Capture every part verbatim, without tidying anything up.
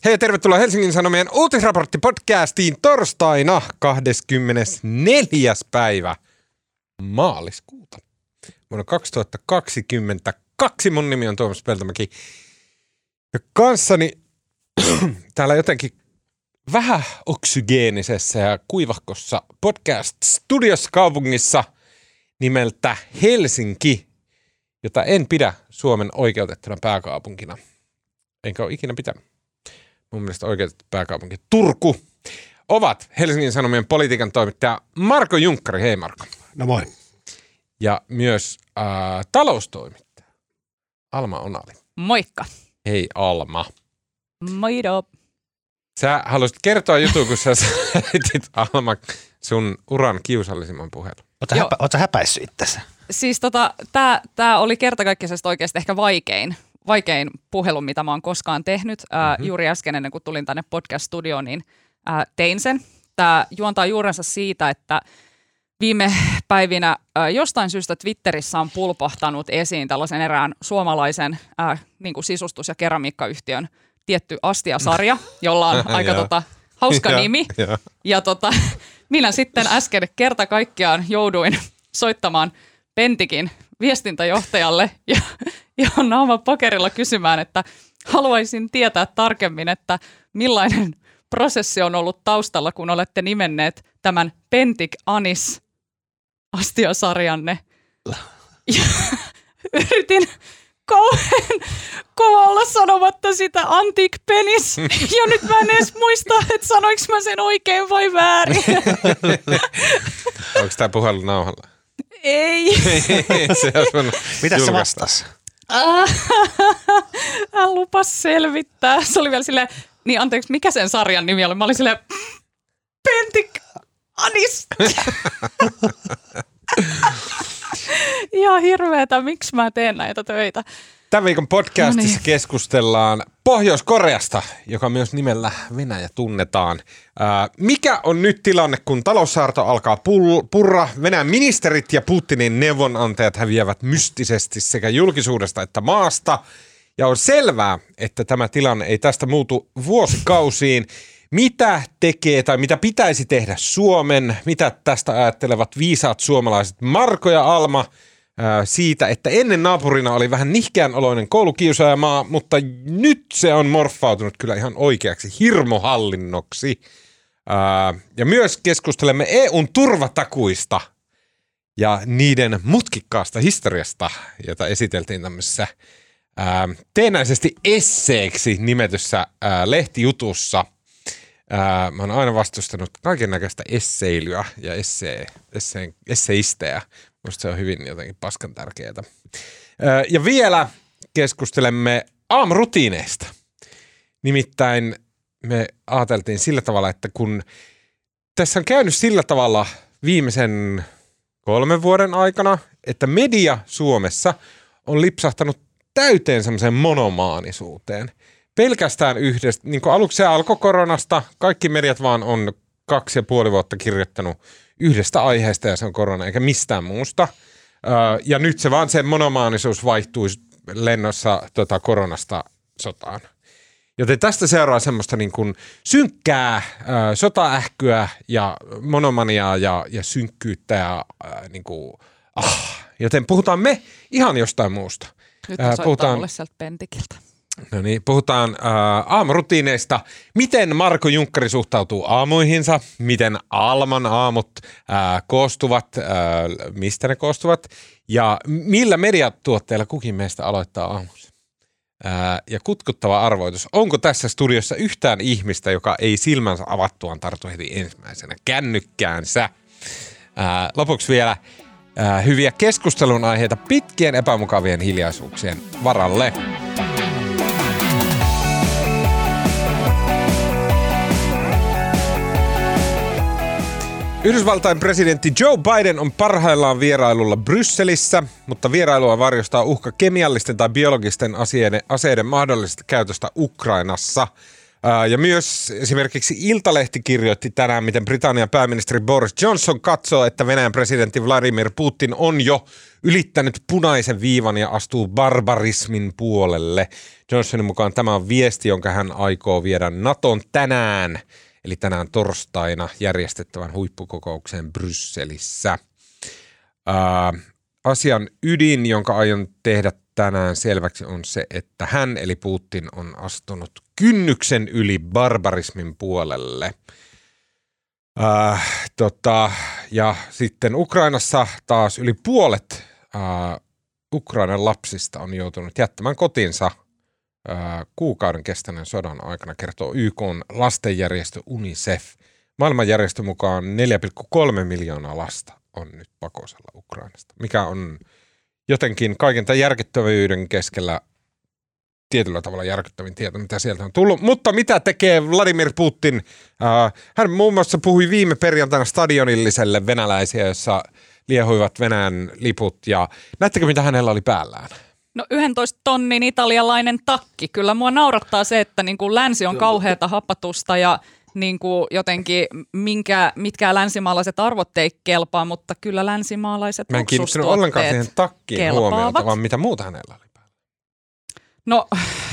Hei ja tervetuloa Helsingin Sanomien uutisraporttipodcastiin torstaina kahdeskymmenesneljäs päivä maaliskuuta vuonna kaksituhattakaksikymmentäkaksi. Mun nimi on Tuomas Peltomäki ja kanssani täällä jotenkin vähän oksygeenisessä ja kuivahkossa podcast-studiossa kaupungissa nimeltä Helsinki, jota en pidä Suomen oikeutettuna pääkaupunkina. Enkä ole ikinä pitänyt. Mun mielestä oikeutettu pääkaupunki Turku ovat Helsingin Sanomien politiikan toimittaja Marko Junkkari. Hei Marko. No moi. Ja myös äh, taloustoimittaja Alma Onali. Moikka. Hei Alma. Moido. Sä haluaisit kertoa jutun, kun sä saitit Alma sun uran kiusallisimman puhelun. Oletko häpä, häpäissyt itsesi? Siis tota, tää, tää oli kertakaikkisesti oikeasti ehkä vaikein, vaikein puhelu, mitä mä oon koskaan tehnyt. Mm-hmm. Ää, juuri äsken ennen kuin tulin tänne podcast-studioon, niin ää, tein sen. Tää juontaa juurensa siitä, että viime päivinä ää, jostain syystä Twitterissä on pulpahtanut esiin tällaisen erään suomalaisen ää, niin kuin sisustus- ja keramiikkayhtiön tietty Astia-sarja, jolla on aika tota, hauska nimi. Ja, ja tota, minä sitten äsken kerta kaikkiaan jouduin soittamaan Pentikin viestintäjohtajalle ja, ja naama pakerilla kysymään, että haluaisin tietää tarkemmin, että millainen prosessi on ollut taustalla, kun olette nimenneet tämän Pentik Anis Astia-sarjanne. Ja yritin kauhean kovalla sanomatta sitä Antique Penis. Ja nyt mä en edes muista, että sanoinko mä sen oikein vai väärin. Onko tää puhelu nauhalla? Ei. Se mitä se vastasi? Hän lupas selvittää. Se oli vielä silleen, niin anteeksi, mikä sen sarjan nimi oli? Mä olin silleen, Pentik Anis. Ihan hirveetä, miksi mä teen näitä töitä. Tämän viikon podcastissa no niin. keskustellaan Pohjois-Koreasta, joka myös nimellä Venäjä tunnetaan. Ää, mikä on nyt tilanne, kun taloussaarto alkaa pul- purra? Venäjän ministerit ja Putinin neuvonantajat häviävät mystisesti sekä julkisuudesta että maasta. Ja on selvää, että tämä tilanne ei tästä muutu vuosikausiin. Mitä tekee tai mitä pitäisi tehdä Suomen? Mitä tästä ajattelevat viisaat suomalaiset Marko ja Alma? Siitä, että ennen naapurina oli vähän nihkeän oloinen koulukiusaajamaa, mutta nyt se on morfautunut kyllä ihan oikeaksi hirmuhallinnoksi. Ja myös keskustelemme E U:n turvatakuista ja niiden mutkikkaasta historiasta, jota esiteltiin tämmöisessä teennäisesti esseeksi nimetyssä lehtijutussa. Mä oon aina vastustanut kaiken näköistä esseilyä ja esse, esseen, esseistejä. Musta se on hyvin jotenkin paskan tärkeää. Ja vielä keskustelemme aamurutiineista. Nimittäin me ajateltiin sillä tavalla, että kun tässä on käynyt sillä tavalla viimeisen kolmen vuoden aikana, että media Suomessa on lipsahtanut täyteen semmoiseen monomaanisuuteen. Pelkästään yhdestä, niin kuin aluksi se alkoi koronasta, kaikki mediat vaan on kaksi ja puoli vuotta kirjoittanut yhdestä aiheesta ja se on korona eikä mistään muusta. Ja nyt se vaan se monomaanisuus vaihtui lennossa tota, koronasta sotaan. Joten tästä seuraa semmoista niin kuin synkkää ää, sotaähkyä ja monomaniaa ja, ja synkkyyttä. Ja, ää, niin kuin, ah. Joten puhutaan me ihan jostain muusta. Nyt ää, soittaa mulle sieltä Pentikiltä. No niin, puhutaan ä, aamurutiineista. Miten Marko Junkkari suhtautuu aamuihinsa? Miten Alman aamut ä, koostuvat? Ä, mistä ne koostuvat? Ja millä mediatuotteilla kukin meistä aloittaa aamunsa? Ä, ja kutkuttava arvoitus. Onko tässä studiossa yhtään ihmistä, joka ei silmänsä avattuaan tartu heti ensimmäisenä kännykkäänsä? Ä, lopuksi vielä ä, hyviä keskustelun aiheita pitkien epämukavien hiljaisuuksien varalle. Yhdysvaltain presidentti Joe Biden on parhaillaan vierailulla Brysselissä, mutta vierailua varjostaa uhka kemiallisten tai biologisten aseiden, aseiden mahdollisesta käytöstä Ukrainassa. Ja myös esimerkiksi Iltalehti kirjoitti tänään, miten Britannian pääministeri Boris Johnson katsoo, että Venäjän presidentti Vladimir Putin on jo ylittänyt punaisen viivan ja astuu barbarismin puolelle. Johnsonin mukaan tämä on viesti, jonka hän aikoo viedä Naton tänään, eli tänään torstaina järjestettävän huippukokoukseen Brysselissä. Ää, asian ydin, jonka aion tehdä tänään selväksi, on se, että hän eli Putin on astunut kynnyksen yli barbarismin puolelle. Äh, tota, ja sitten Ukrainassa taas yli puolet äh, Ukrainan lapsista on joutunut jättämään kotinsa äh, kuukauden kestäneen sodan aikana, kertoo Y K:n lastenjärjestö UNICEF. Maailmanjärjestön mukaan neljä pilkku kolme miljoonaa lasta on nyt pakosalla Ukrainasta, mikä on jotenkin kaiken tämän järkyttävyyden keskellä tietyllä tavalla järkyttävin tieto, mitä sieltä on tullut. Mutta mitä tekee Vladimir Putin? Äh, hän muun muassa puhui viime perjantaina stadionilliselle venäläisiä, jossa liehuivat Venäjän liput. Ja näettekö, mitä hänellä oli päällään? No yksitoista tonnin italialainen takki. Kyllä mua naurattaa se, että niin kuin länsi on kauheata hapatusta ja niin kuin jotenkin minkä, mitkään länsimaalaiset arvot ei kelpaa, mutta kyllä länsimaalaiset Mä en kiinnittänyt ollenkaan siihen takkiin kelpaavat. huomiota, vaan mitä muuta hänellä oli päällä. No,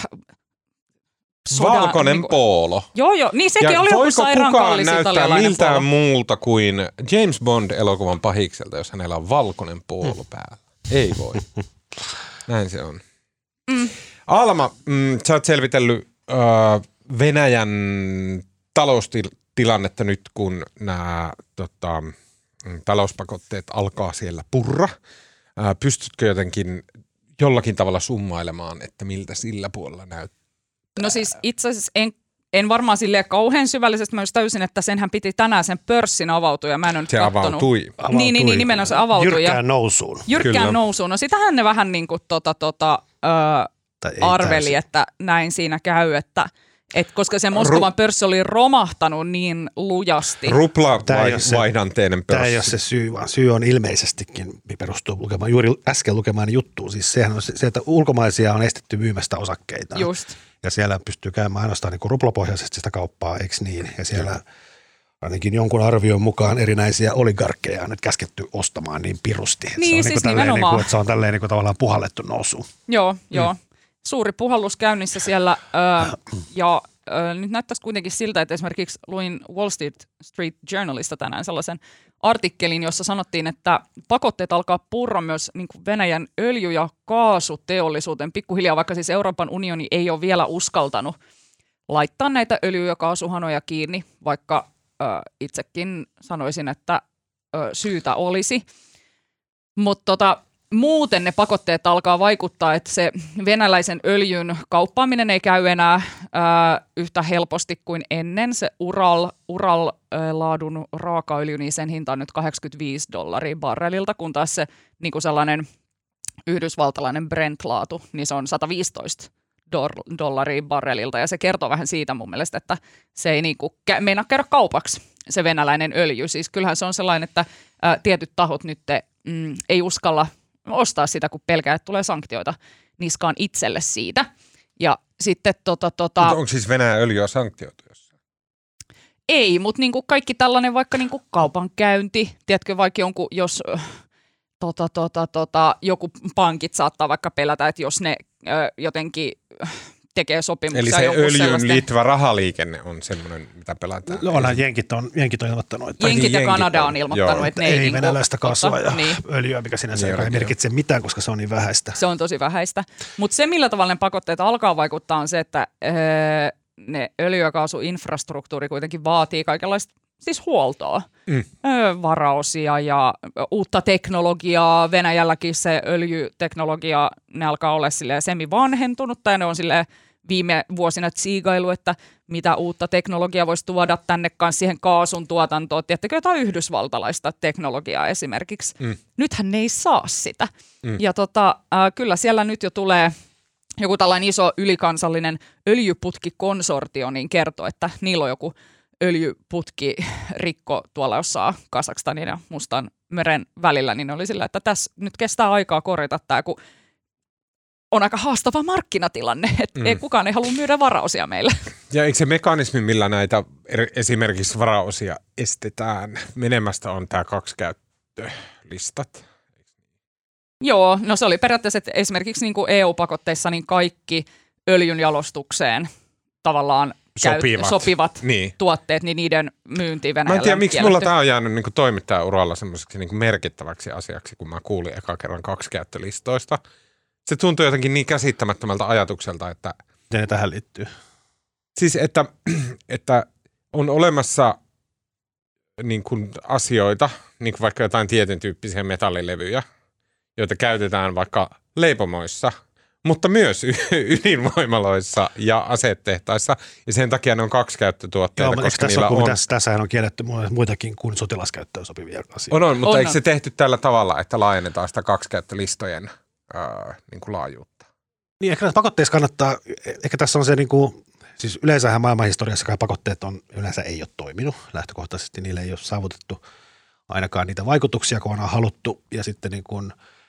sodan, valkoinen niin kuin, poolo. Joo, joo. Niin sekin ja oli joku sairaan kallis voiko kukaan näyttää miltään poolo. muulta kuin James Bond-elokuvan pahikselta, jos hänellä on valkoinen poolo hmm. päällä? Ei voi. Näin se on. Mm. Alma, mm, sä oot selvitellyt äh, Venäjän taloustilannetta nyt, kun nämä tota, talouspakotteet alkaa siellä purra. Äh, pystytkö jotenkin jollakin tavalla summailemaan, että miltä sillä puolella näyttää? No siis itse asiassa en, en varmaan silleen kauhean syvällisesti. Mä just täysin, että senhän piti tänään sen pörssin avautua ja mä en ole se kattonut. avautui. avautui. Niin, niin, niin nimenomaan se avautui. Jyrkkään ja nousuun. Jyrkkään Kyllä. nousuun. No sitähän ne vähän niin kuin tota, tota, ö, arveli, täysin. Että näin siinä käy, että et koska se Moskovan Ru- pörssi oli romahtanut niin lujasti. Rupla-vaihdanteinen pörssi. Tämä ei ole se syy, vaan syy on ilmeisestikin, perustuu lukemaan, juuri äsken lukemaan juttuun. Siis sehän on se, että ulkomaisia on estetty myymästä osakkeita. Just. Ja siellä pystyy käymään ainoastaan niin kuin ruplapohjaisesti sitä kauppaa, eikö niin? Ja siellä ja. ainakin jonkun arvion mukaan erinäisiä oligarkkeja on nyt käsketty ostamaan niin pirusti. Että niin, se on siis niin nimenomaan. Niin kuin, että se on tälleen niin kuin tavallaan puhallettu nousuun. Joo, mm. joo. Suuri puhallus käynnissä siellä ö, ja ö, nyt näyttäisi kuitenkin siltä, että esimerkiksi luin Wall Street Journalista tänään sellaisen artikkelin, jossa sanottiin, että pakotteet alkaa purra myös niin kuin Venäjän öljy- ja kaasuteollisuuteen pikkuhiljaa, vaikka siis Euroopan unioni ei ole vielä uskaltanut laittaa näitä öljy- ja kaasuhanoja kiinni, vaikka ö, itsekin sanoisin, että ö, syytä olisi. Mutta tota, muuten ne pakotteet alkaa vaikuttaa, että se venäläisen öljyn kauppaaminen ei käy enää ää, yhtä helposti kuin ennen. Se Ural, Ural-laadun raakaöljy, niin sen hinta on nyt kahdeksankymmentäviisi dollaria barrelilta, kun taas se niin kuin sellainen yhdysvaltalainen Brent-laatu, niin se on sata viisitoista dollaria barrelilta. Ja se kertoo vähän siitä mun mielestä, että se ei niin kuin kä- meinaa käydä kaupaksi, se venäläinen öljy. Siis kyllähän se on sellainen, että ää, tietyt tahot nyt te, mm, ei uskalla ostaa sitä, kun pelkää, että tulee sanktioita niskaan itselle siitä. Ja sitten tota... tota mutta onko siis Venäjän öljyä sanktioitu jossain? Ei, mutta niinku kaikki tällainen vaikka niinku kaupankäynti, tiedätkö vaikka jonkun, jos tota, tota, tota, joku pankit saattaa vaikka pelätä, että jos ne ö, jotenkin tekee sopimuksia. Eli se öljyyn sellaisten liittyvä rahaliikenne on semmoinen, mitä pelataan. No, onhan jenkit on, jenkit on ilmoittanut. Että jenkit ja jenkit Kanada on, on ilmoittanut, joo. että ne ei, ei niin venäläistä kaasua ja niin. öljyä, mikä sinänsä niin, ei merkitse mitään, koska se on niin vähäistä. Se on tosi vähäistä. Mutta se, millä tavalla ne pakotteet alkaa vaikuttaa, on se, että öö, ne öljy- ja kaasuinfrastruktuuri kuitenkin vaatii kaikenlaista siis huoltoa, mm. öö, varausia ja uutta teknologiaa. Venäjälläkin se öljyteknologia, ne alkaa olla semi-vanhentunutta ja ne on silleen viime vuosina tsiigailu, että mitä uutta teknologiaa voisi tuoda tänne kanssa siihen kaasun tuotantoon. Tiedättekö jotain yhdysvaltalaista teknologiaa esimerkiksi? Mm. Nythän ne ei saa sitä. Mm. Ja tota, äh, kyllä siellä nyt jo tulee joku tällainen iso ylikansallinen öljyputkikonsortio, niin kertoo, että niillä on joku öljyputkirikko tuolla jossain Kazakstanin ja Mustan meren välillä, niin oli sillä, että tässä nyt kestää aikaa korjata tämä, kun on aika haastava markkinatilanne, että mm. ei kukaan ei halua myydä varausia meille. Ja eikö se mekanismi, millä näitä esimerkiksi varaosia estetään menemästä, on tämä kaksikäyttölistat? Joo, no se oli periaatteessa, että esimerkiksi niin kuin E U-pakotteissa niin kaikki öljyn jalostukseen tavallaan sopivat, käyt, sopivat niin. tuotteet, niin niiden myynti Venäjällä. Mä en tiedä, miksi kielletty. mulla tämä on jäänyt niin toimittajauralla semmoiseksi niin merkittäväksi asiaksi, kun mä kuulin eka kerran kaksikäyttölistoista. Se tuntuu jotenkin niin käsittämättömältä ajatukselta, että... Miten ne tähän liittyy? Siis, että, että on olemassa niin kuin asioita, niin kuin vaikka jotain tietyn tyyppisiä metallilevyjä, joita käytetään vaikka leipomoissa, mutta myös y- ydinvoimaloissa ja asetehtaissa, ja sen takia ne on kaksikäyttötuotteita. Joo, koska niillä on... Tässä, tässähän on kielletty muitakin kuin sotilaskäyttöön sopivia asioita. On, on mutta on, eikö on. se tehty tällä tavalla, että laajennetaan sitä kaksikäyttölistojen ää, niin kuin laajuutta? Niin, ehkä näissä pakotteissa kannattaa, ehkä tässä on se niin kuin, siis yleensähän maailmanhistoriassa pakotteet on, yleensä ei ole toiminut. Lähtökohtaisesti niille ei ole saavutettu ainakaan niitä vaikutuksia, kun on haluttu, ja sitten niin kuin,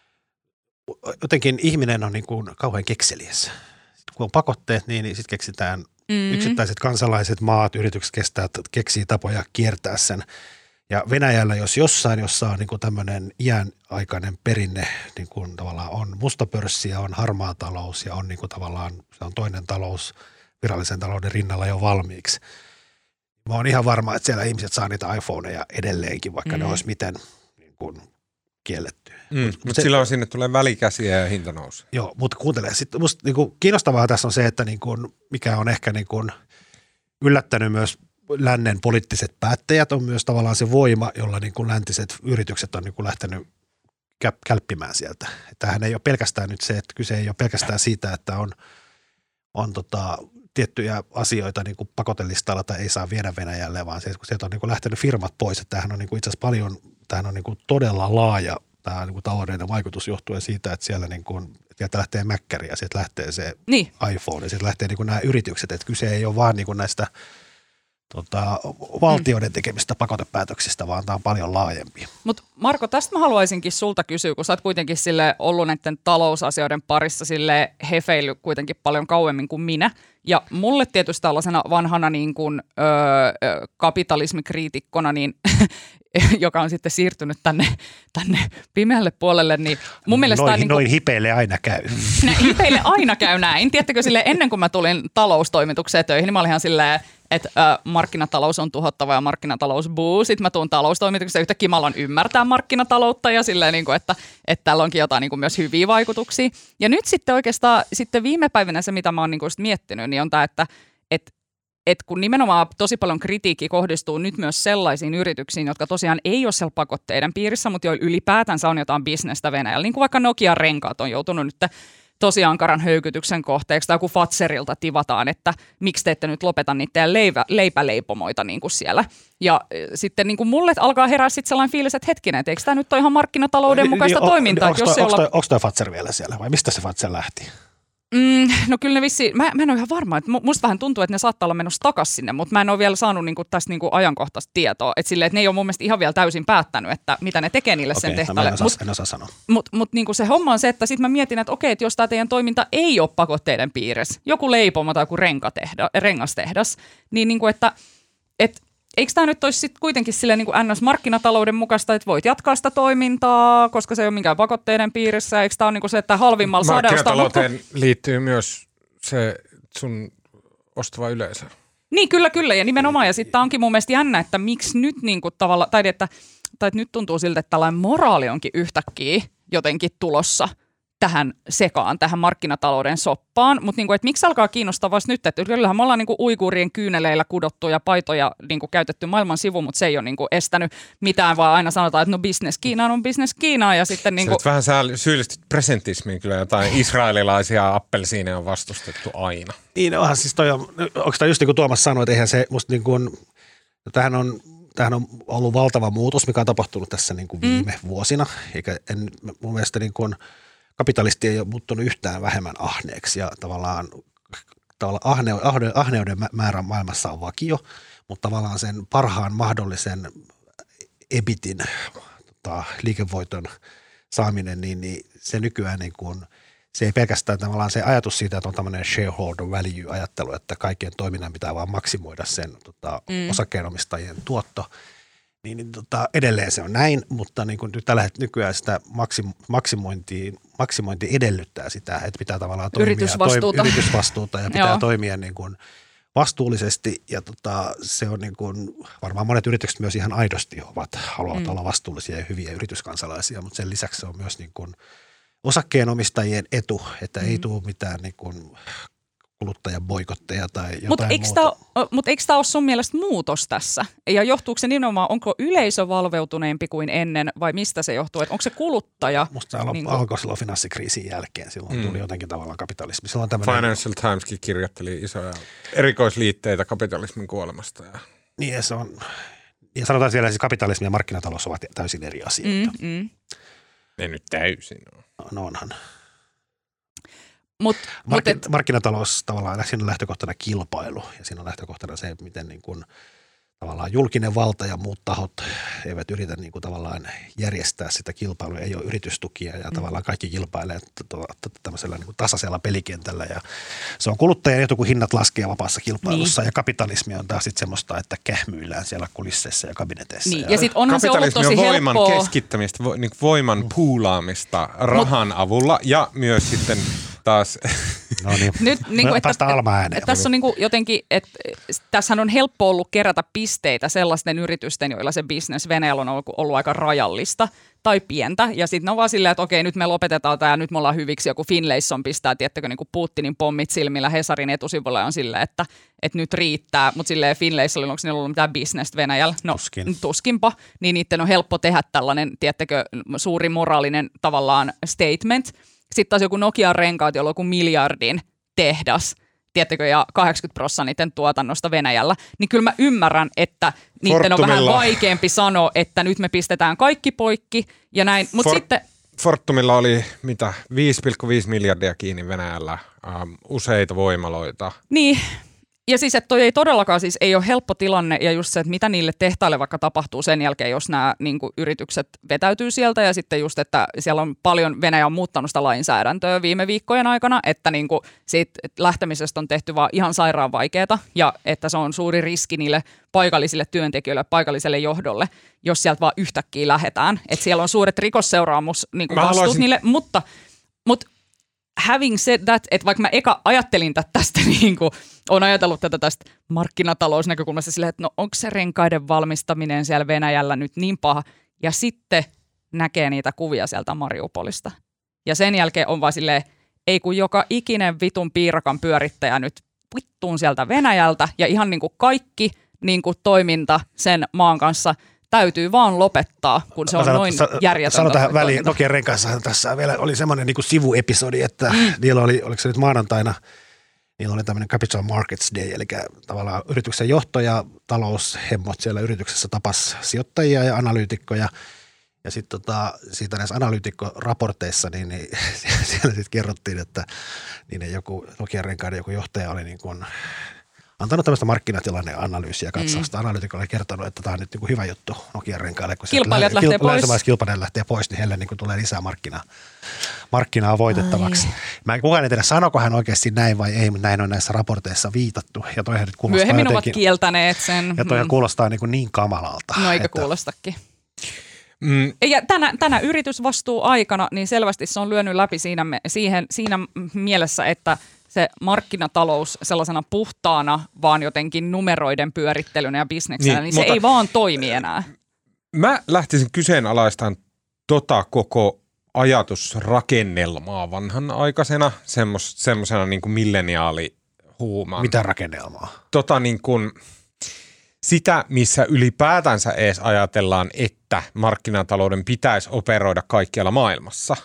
jotenkin ihminen on niin kuin kauhean kekseliässä. Sitten kun on pakotteet, niin, niin sitten keksitään mm-hmm. yksittäiset kansalaiset, maat, yritykset kestää, keksii tapoja kiertää sen. Ja Venäjällä, jos jossain, jossa on niin kuin tämmöinen iän aikainen perinne, niin kuin tavallaan on mustapörssi ja on harmaa talous ja on niin kuin tavallaan se on toinen talous virallisen talouden rinnalla jo valmiiksi. Mä oon ihan varma, että siellä ihmiset saa niitä iPhoneja edelleenkin, vaikka mm. ne olisi miten niin kuin kielletty. Mm, mutta mut silloin sinne tulee välikäsiä ja hinta nousee. Joo, mutta kuuntele. Sitten musta niin kuin kiinnostavaa tässä on se, että niin kuin, mikä on ehkä niin kuin yllättänyt myös lännen poliittiset päättäjät, on myös tavallaan se voima, jolla niin kuin läntiset yritykset on niin kuin lähtenyt kälppimään sieltä. Tämähän ei ole pelkästään nyt se, että kyse ei ole pelkästään siitä, että on, on tota, tiettyjä asioita niin kuin pakotelistalla tai ei saa viedä Venäjälle, vaan se, kun sieltä on niin kuin lähtenyt firmat pois, että tämähän on niin kuin itse asiassa paljon, tämähän on niin kuin todella laaja tämä niin kuin taloudellinen vaikutus johtuen siitä, että siellä niin kuin, sieltä lähtee Mäkkäri ja sieltä lähtee se niin. iPhone ja sieltä lähtee niin kuin nämä yritykset, että kyse ei ole vaan niin kuin näistä Tota, valtioiden tekemistä pakotepäätöksistä, vaan tämä on paljon laajempi. Mutta Marko, tästä mä haluaisinkin sulta kysyä, kun sä oot kuitenkin sille ollut näiden talousasioiden parissa sille hefeillyt kuitenkin paljon kauemmin kuin minä. Ja mulle tietysti tällaisena vanhana niin kuin, öö, kapitalismikriitikkona, niin, joka on sitten siirtynyt tänne, tänne pimeälle puolelle, niin mun mielestä... Noin, niin kuin, noin hipeille aina käy. Hipeille aina käy näin. Tiedättekö sille ennen kuin mä tulin taloustoimitukseen töihin, niin mä olin ihan silleen, että äh, markkinatalous on tuhottava ja markkinatalous buu. Sitten mä tuun taloustoimitukseen, yhtäkkiä mä alan ymmärtää markkinataloutta ja silleen, niin kuin, että, että täällä onkin jotain niin kuin myös hyviä vaikutuksia. Ja nyt sitten oikeastaan sitten viime päivinä se, mitä mä oon niin kuin miettinyt, niin on tämä, että et, et kun nimenomaan tosi paljon kritiikki kohdistuu nyt myös sellaisiin yrityksiin, jotka tosiaan ei ole siellä pakotteiden piirissä, mutta joilla ylipäätänsä on jotain bisnestä Venäjällä. Niin kuin vaikka Nokian renkaat on joutunut nyt tosi ankaran höykytyksen kohteeksi, tai kun Fatserilta tivataan, että miksi te ette nyt lopeta niitä leipä, leipäleipomoita niin kuin siellä. Ja sitten niin kuin mulle alkaa herää sitten sellainen fiilis, että hetkinen, että eikö tämä nyt ole ihan markkinatalouden mukaista niin, toimintaa? Onko toi, olla... toi, toi Fatser vielä siellä vai mistä se Fatser lähti? Mm, no kyllä ne vissiin, mä, mä en ole ihan varma, että musta vähän tuntuu, että ne saattaa olla menossa takaisin sinne, mutta mä en ole vielä saanut niinku tästä niinku ajankohtaista tietoa. Että silleen, että ne ei ole mun mielestä ihan vielä täysin päättänyt, että mitä ne tekee niille okei, sen tehtaalle. Okei, en, en osaa sanoa. Mutta mut niinku se homma on se, että sit mä mietin, että okei, että jos tämä teidän toiminta ei ole pakotteiden piirissä, joku leipomo tai joku renkatehda, rengastehdas, niin niinku, että et, eikö tämä nyt olisi sitten kuitenkin silleen niin kuin N S-markkinatalouden mukaista, että voit jatkaa sitä toimintaa, koska se ei ole minkään pakotteiden piirissä? Eikö tämä ole niin kuin se, että halvimmalla saadaan ostaa? Markkinatalouteen liittyy myös se sun ostava yleisö. Niin, kyllä, kyllä. Ja nimenomaan. Ja sitten tämä onkin mun mielestä jännä, että miksi nyt niin kuin tavalla, tai että, tai että nyt tuntuu siltä, että tällainen moraali onkin yhtäkkiä jotenkin tulossa tähän sekaan, tähän markkinatalouden soppaan, mutta niinku, miksi alkaa kiinnostaa vasta nyt, että kyllähän me ollaan niinku uiguurien kyyneleillä kudottuja paitoja niinku käytetty maailman sivu, mutta se ei ole niinku estänyt mitään, vaan aina sanotaan, että no business Kiinaan on business Kiinaa ja sitten niinku... Sä vähän syyllistyt presentismiin kyllä, jotain israelilaisia appelsiineja on vastustettu aina. Niin onhan siis toi, on, onko tämä just niin kuin Tuomas sanoi, että eihän se musta niin kuin, no tämähän on Tämähän on ollut valtava muutos, mikä on tapahtunut tässä niin kuin viime mm. vuosina, eikä en, mun mielestä niin kuin kapitalisti ei ole muuttunut yhtään vähemmän ahneeksi ja tavallaan, tavallaan ahne, ahne, ahneuden määrä maailmassa on vakio, mutta tavallaan sen parhaan mahdollisen ebitin tota, liikevoiton saaminen, niin, niin se nykyään niin kuin, se ei pelkästään tavallaan se ajatus siitä, että on tämmöinen shareholder value-ajattelu, että kaikkien toiminnan pitää vaan maksimoida sen tota, mm. osakkeenomistajien tuotto, niin, niin tota, edelleen se on näin, mutta niin kuin nyt tällä hetkellä nykyään sitä maksim, maksimointi, maksimointi edellyttää sitä, että pitää tavallaan toimia yritysvastuuta, toim, yritysvastuuta ja pitää toimia niin kuin vastuullisesti ja tota, se on niin kuin, varmaan monet yritykset myös ihan aidosti ovat, haluavat mm. olla vastuullisia ja hyviä yrityskansalaisia, mutta sen lisäksi se on myös niin kuin osakkeenomistajien etu, että mm. ei tule mitään niin kuin kuluttajaboikotteja tai jotain Mut muuta. Mutta eikö tämä ole sun mielestä muutos tässä? Ja johtuuko se nimenomaan, onko yleisö valveutuneempi kuin ennen vai mistä se johtuu? Et onko se kuluttaja? Musta se niin alkoi silloin finanssikriisin jälkeen. Silloin mm. tuli jotenkin tavallaan kapitalismi. Silloin tämmönen... Financial Timeskin kirjoitteli isoja erikoisliitteitä kapitalismin kuolemasta. Ja... Niin ja se on, ja sanotaan siellä siis kapitalismi ja markkinatalous ovat täysin eri asioita. Mm, mm. Ei nyt täysin ole. No onhan. Mut, Markki, mut et, markkinatalous tavallaan, siinä on lähtökohtana kilpailu ja siinä on lähtökohtana se, miten niin kuin, tavallaan julkinen valta ja muut tahot eivät yritä niin kuin, tavallaan järjestää sitä kilpailua, ei ole yritystukia ja mm. tavallaan kaikki kilpailee tämmöisellä niin kuin tasaisella pelikentällä ja se on kuluttajan etu, kun hinnat laskee vapaassa kilpailussa niin. Ja kapitalismi on taas sitten semmoista, että kähmyillään siellä kulisseissa ja kabineteissa. Niin. Ja, ja sitten onhan se ollut tosi on voiman helppoa. keskittämistä, vo, niin voiman puulaamista rahan Mut, avulla ja myös sitten taas... No niin, nyt, niin kuin, että, että, että, että tässä on niin kuin jotenkin, että tässähän on helppo ollut kerätä pisteitä sellaisten yritysten, joilla se business Venäjällä on ollut, ollut aika rajallista tai pientä. Ja sitten on vaan silleen, että okei, nyt me lopetetaan tämä ja nyt me ollaan hyviksi. Joku Finlayson pistää, tiettäkö, niin kuin Putinin pommit silmillä Hesarin etusivulla on silleen, että, että nyt riittää. Mutta silleen Finlaysonilla, onko niillä ollut mitään business Venäjällä? No Tuskin. Tuskinpa. Niin niiden on helppo tehdä tällainen, tiettäkö, suuri moraalinen tavallaan statement. Sitten taas joku Nokian renkaat, jolla on joku miljardin tehdas, tiedättekö, ja kahdeksankymmentä prosenttia niiden tuotannosta Venäjällä, niin kyllä mä ymmärrän, että niiden on vähän vaikeampi sanoa, että nyt me pistetään kaikki poikki ja näin, mutta For, sitten... Fortumilla oli mitä, viisi pilkku viisi miljardia kiinni Venäjällä, ähm, useita voimaloita. Niin, ja siis, että toi ei todellakaan siis ei ole helppo tilanne ja just se, että mitä niille tehtaille vaikka tapahtuu sen jälkeen, jos nämä niin kuin, yritykset vetäytyy sieltä ja sitten just, että siellä on paljon, Venäjä on muuttanut sitä lainsäädäntöä viime viikkojen aikana, että niin kuin, siitä lähtemisestä on tehty vaan ihan sairaan vaikeaa ja että se on suuri riski niille paikallisille työntekijöille, paikalliselle johdolle, jos sieltä vaan yhtäkkiä lähdetään. Että siellä on suuret rikosseuraamus niin kuin vastuut haluaisin... niille, mutta... mutta having said that, että vaikka mä eka ajattelin tästä, niin kuin olen ajatellut tätä tästä markkinatalousnäkökulmasta silleen, että no onko se renkaiden valmistaminen siellä Venäjällä nyt niin paha, ja sitten näkee niitä kuvia sieltä Mariupolista. Ja sen jälkeen on vaan silleen, ei kun joka ikinen vitun piirakan pyörittäjä nyt vittuun sieltä Venäjältä, ja ihan niin kuin kaikki niin kuin toiminta sen maan kanssa täytyy vaan lopettaa, kun se on Sano, noin sa- järjetöntä. Sano tähän väliin, Nokian renkaissa tässä vielä oli semmoinen niin kuin sivuepisodi, että mm. niillä oli, oliko se nyt maanantaina, niillä oli tämmöinen Capital Markets Day, eli tavallaan yrityksen johto ja taloushemmot siellä yrityksessä tapas sijoittajia ja analyytikkoja. Ja sitten tota, siitä näissä analyytikkoraporteissa, niin, niin siellä sitten kerrottiin, että niin joku Nokian renkaiden joku johtaja oli niin kuin antanut tämmöistä markkinatilanneanalyysiä katsausta. Mm. Analyytikko oli kertonut, että tämä on nyt niin kuin hyvä juttu Nokian renkaille. Kun kilpailijat lähtee kil- pois. Kilpailijat lähtee pois, niin heille niin kuin tulee lisää markkinaa, markkinaa voitettavaksi. Ai. Mä en kukaan ei tiedä, sanoiko hän oikeasti näin vai ei, mutta näin on näissä raporteissa viitattu. Ja toihan nyt kuulostaa myöhemmin jotenkin, ovat kieltäneet sen. Ja toihan mm. kuulostaa niin, kuin niin kamalalta. No eikä että, kuulostakin. Mm. Ja tänä, tänä yritysvastuuaikana niin selvästi se on lyönyt läpi siinä, siihen, siinä mielessä, että se markkinatalous sellaisena puhtaana, vaan jotenkin numeroiden pyörittelynä ja bisneksenä, niin, niin se mutta, ei vaan toimi enää. Mä lähtisin kyseenalaistamaan tota koko ajatusrakennelmaa vanhanaikaisena, semmos, semmoisena niin kuin milleniaalihuumaan. Mitä rakennelmaa? Tota niin kuin sitä, missä ylipäätänsä edes ajatellaan, että markkinatalouden pitäisi operoida kaikkialla maailmassa.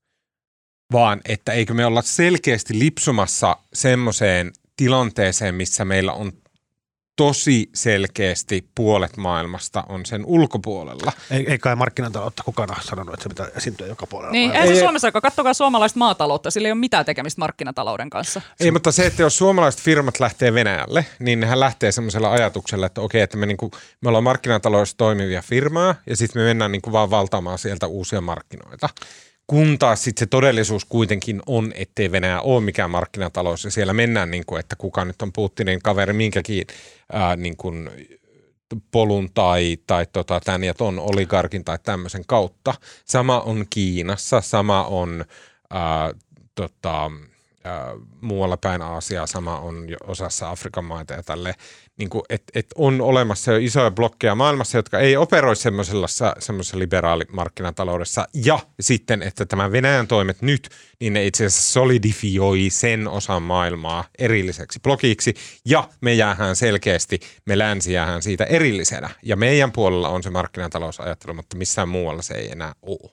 Vaan että eikö me olla selkeästi lipsumassa semmoiseen tilanteeseen, missä meillä on tosi selkeästi puolet maailmasta on sen ulkopuolella. Ei, ei kai markkinataloutta kukaan sanonut, että se pitää esiintyä joka puolella. Niin, ei se Suomessa, joka katsokaa suomalaista maataloutta, sillä ei ole mitään tekemistä markkinatalouden kanssa. Ei, mutta se, että jos suomalaiset firmat lähtee Venäjälle, niin nehän lähtee semmoisella ajatuksella, että okei, että me, niinku, me ollaan markkinataloudessa toimivia firmaa ja sitten me mennään niinku vaan valtaamaan sieltä uusia markkinoita. kun taas sitten se todellisuus kuitenkin on, ettei Venäjä ole mikään markkinatalous ja siellä mennään, niin kuin, että kuka nyt on Putinin kaveri minkäkin ää, niin kuin polun tai, tai tota, tämän ja ton oligarkin tai tämmöisen kautta. Sama on Kiinassa, sama on ää, tota, ää, muualla päin Aasiaa, sama on jo osassa Afrikan maita ja tälleen. Niin kuin, et, et on olemassa jo isoja blokkeja maailmassa, jotka ei operoi semmoisessa liberaalimarkkinataloudessa. Ja sitten, että tämä Venäjän toimet nyt, niin ne itse asiassa solidifioi sen osan maailmaa erilliseksi blokiksi. Ja me jäähän selkeästi, me länsi jäähän siitä erillisenä. Ja meidän puolella on se markkinatalousajattelu, mutta missään muualla se ei enää ole.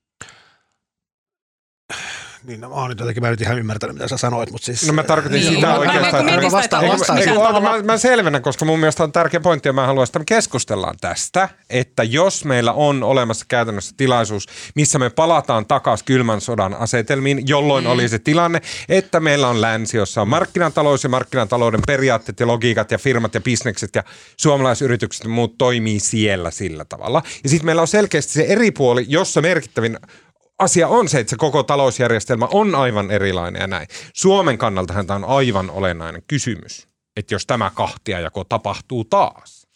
Niin, no, mä oon nyt jotenkin, mä en nyt ihan ymmärtänyt, mitä sä sanoit, mutta siis... No mä tarkoitin niin, sitä mä, oikeastaan. Mä, mä, vasta, vasta, vasta, mä, mä selvennän, koska mun mielestä on tärkeä pointti ja mä haluan, että me keskustellaan tästä, että jos meillä on olemassa käytännössä tilaisuus, missä me palataan takaisin kylmän sodan asetelmiin, jolloin mm. oli se tilanne, että meillä on länsi, jossa on markkinatalous ja markkinatalouden periaatteet ja logiikat ja firmat ja bisnekset ja suomalaisyritykset ja muut toimii siellä sillä tavalla. Ja sitten meillä on selkeästi se eri puoli, jossa merkittävin asia on se, että se koko talousjärjestelmä on aivan erilainen ja näin. Suomen kannaltahan tämä on aivan olennainen kysymys, että jos tämä kahtiajako tapahtuu taas.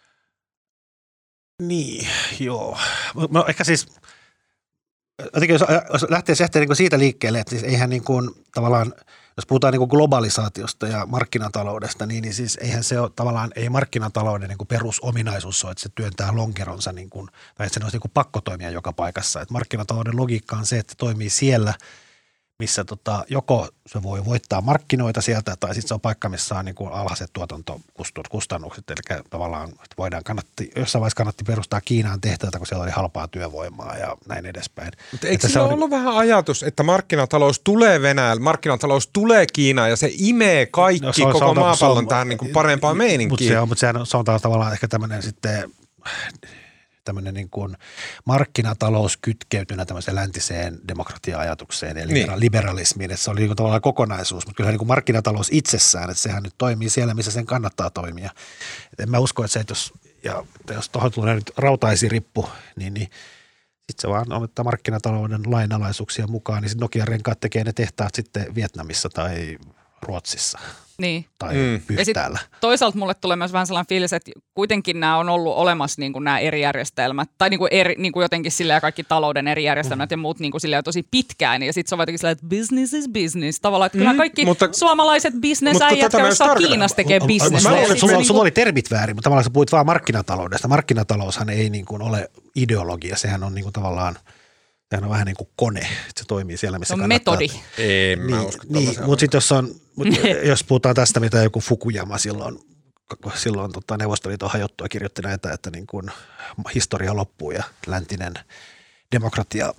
Niin, joo. No, ehkä siis, jotenkin jos, jos lähtee niin siitä liikkeelle, että siis eihän niin kuin, tavallaan, jos puhutaan niin kuin globalisaatiosta ja markkinataloudesta, niin, niin siis eihän se ole tavallaan, ei markkinatalouden niin kuin perusominaisuus ole, että se työntää lonkeronsa, niin kuin, tai että se olisi niin kuin pakko toimia joka paikassa. Että markkinatalouden logiikka on se, että se toimii siellä, missä tota, joko se voi voittaa markkinoita sieltä, tai sitten se on paikka, missä on niin kuin alhaiset tuotantokustannukset, eli tavallaan voidaan kannatti, jossain vaiheessa kannatti perustaa Kiinaan tehtävältä, kun siellä oli halpaa työvoimaa ja näin edespäin. Mutta eikö sillä on... ollut vähän ajatus, että markkinatalous tulee Venäjälle, markkinatalous tulee Kiinaan ja se imee kaikki no, se on, koko se on, maapallon se on, tähän niin kuin parempaan meininkiin? Mutta se on, mutta sehän, se on tavallaan ehkä tämmöinen sitten... tämmöinen niin kuin markkinatalous kytkeytynä tämmöiseen läntiseen demokratia-ajatukseen ja niin. liberalismiin, että se oli niin kuin tavallaan kokonaisuus, mutta kyllähän niin kuin markkinatalous itsessään, että sehän nyt toimii siellä, missä sen kannattaa toimia. Et en mä usko, että se, että jos, ja, jos tuohon tulee nyt rautaisirippu, niin, niin sitten se vaan on, että markkinatalouden lainalaisuuksia mukaan, niin sitten Nokian renkaat tekee ne tehtaat sitten Vietnamissa tai Ruotsissa. Niin. Tai mm. Pyhtäällä. Toisaalta mulle tulee myös vähän sellainen fiilis, että kuitenkin nämä on ollut olemassa niin kuin nämä eri järjestelmät, tai niin kuin eri, niin kuin jotenkin sillä ja kaikki talouden eri järjestelmät mm. ja muut niin kuin sillä tosi pitkään, ja sitten se on jotenkin sillä, että business is business. Tavallaan, että mm. kyllä kaikki mutta, suomalaiset bisnesäijät, joissa Kiinassa tekee bisnestä. Sulla oli termit väärin, mutta tavallaan sä puhuit vaan markkinataloudesta. Markkinataloushan ei niin kuin ole ideologia, sehän on niin kuin tavallaan sehän on vähän niin kuin kone, että se toimii siellä, missä se on kannattaa. metodi. Ei, mä niin, usko niin, mutta sitten jos, mut jos puhutaan tästä, mitä joku Fukuyama silloin, silloin tota, Neuvostoliiton hajottua kirjoitti näitä, että niin kuin historia loppuu ja läntinen demokratia,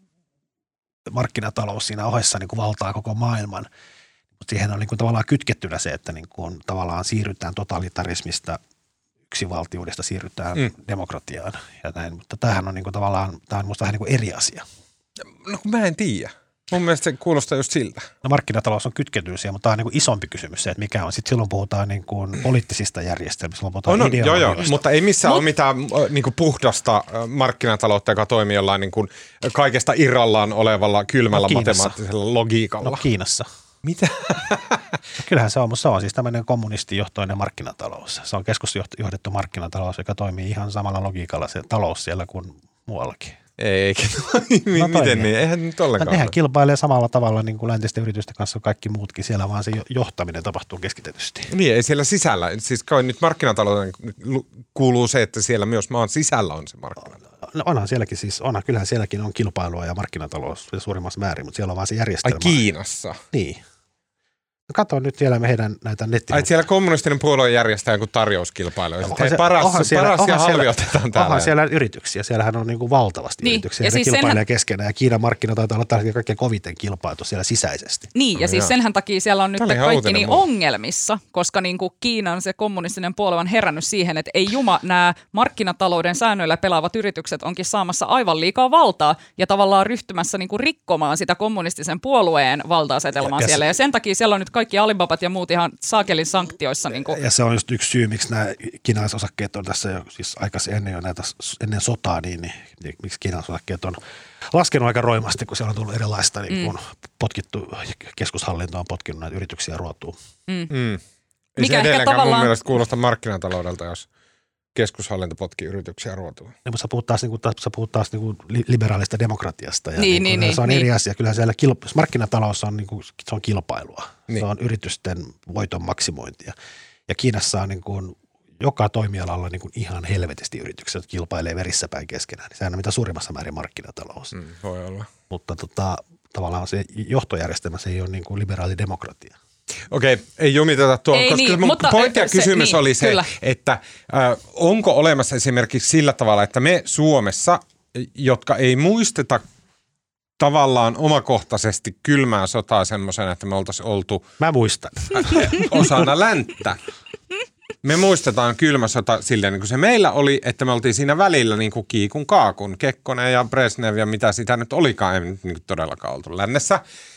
markkinatalous siinä ohessa niin kuin valtaa koko maailman. Mutta siihen on niin kuin tavallaan kytkettynä se, että niin kuin tavallaan siirrytään totalitarismista yksivaltiudesta siirrytään mm. demokratiaan ja näin, mutta tämähän on niinku tavallaan, tämä on musta vähän niinku eri asia. No mä en tiedä. Mun mielestä se kuulostaa just siltä. No markkinatalous on kytketty siihen, mutta tämä on niinku isompi kysymys se, että mikä on. Sitten silloin puhutaan niinku poliittisista järjestelmistä, silloin puhutaan oh, no, joo, joo, mutta ei missään Mut, ole mitään niinku puhdasta markkinataloutta, joka toimii jollain niinku kaikesta irrallaan olevalla kylmällä no, matemaattisella logiikalla. No Kiinassa. Mitä? Kyllähän se on, mutta se on siis tämmöinen kommunistijohtoinen markkinatalous. Se on keskusjohdettu markkinatalous, joka toimii ihan samalla logiikalla se talous siellä kuin muuallakin. Eikä. No, miten niin? Eihän nyt ollenkaan. No, nehän kilpailee samalla tavalla niin kuin läntisten yritysten kanssa kaikki muutkin siellä, vaan se johtaminen tapahtuu keskitetysti. Niin, ei siellä sisällä. Siis kai nyt markkinatalouden kuuluu se, että siellä myös maan sisällä on se markkinatalous. No onhan sielläkin siis, onhan, kyllähän sielläkin on kilpailua ja markkinatalous suurimmassa määrin, mutta siellä on vaan se järjestelmä. Ai Kiinassa? Niin. No kato nyt siellä meidän näitä nettimuuttuja. Ai siellä kommunistinen puolue järjestää joku tarjouskilpailu. Hei, paras, siellä, paras ja halvi otetaan täällä. Onhan siellä yrityksiä. Siellähän on niin kuin valtavasti niin, yrityksiä. Ja, ja siis kilpailee herännyt siihen, että ei juma, nämä markkinatalouden säännöillä pelaavat yritykset onkin saamassa aivan liikaa valtaa ja tavallaan ryhtymässä niin kuin rikkomaan sitä kommunistisen puolueen valta-asetelmaa ja siellä. Ja sen takia siellä on nyt kaikki Alibabat ja muut ihan saakelin sanktioissa. Niin kuin. Ja se on just yksi syy, miksi nämä kiinalaisosakkeet on tässä jo, siis aikaisin ennen jo näitä, ennen sotaa, niin, niin, niin miksi kiinalaisosakkeet on laskenut aika roimasti, kun siellä on tullut erilaista, niin kun mm. potkittu, keskushallinto on potkinut näitä yrityksiä ruotuun. Mm. Mm. Ei se edelleenkään tavallaan mun mielestä kuulosta markkinataloudelta, jos keskushallinto potkii yrityksiä ruotuun. Ja, mutta sä puhut taas, niin kuin, sä puhut taas niin kuin liberaalista demokratiasta. Ja niin, niin, niin, se on niin, eri niin. asia. Kyllähän siellä kilp- markkinatalous on, niin kuin, se on kilpailua. Niin. Se on yritysten voiton maksimointia. Ja Kiinassa on niin kuin, joka toimialalla niin kuin ihan helvetisti yrityksiä, jotka kilpailee verissä päin keskenään. Sehän on mitä suurimmassa määrin markkinatalous. Mm, voi olla. Mutta tota, tavallaan se johtojärjestelmä, se ei ole niin kuin liberaali demokratia. Okei, ei jumiteta tuohon, koska niin, mun mutta pointti ja se, kysymys niin, oli se, kyllä. että äh, onko olemassa esimerkiksi sillä tavalla, että me Suomessa, jotka ei muisteta tavallaan omakohtaisesti kylmää sotaa semmoisena, että me oltaisiin oltu Mä muistan. osana länttä. Me muistetaan kylmä sota silleen, niin kuin se meillä oli, että me oltiin siinä välillä niin kuin kiikun kaakun, Kekkonen ja Brezhnev ja mitä sitä nyt olikaan, ei nyt niin kuin todellakaan oltu lännessä.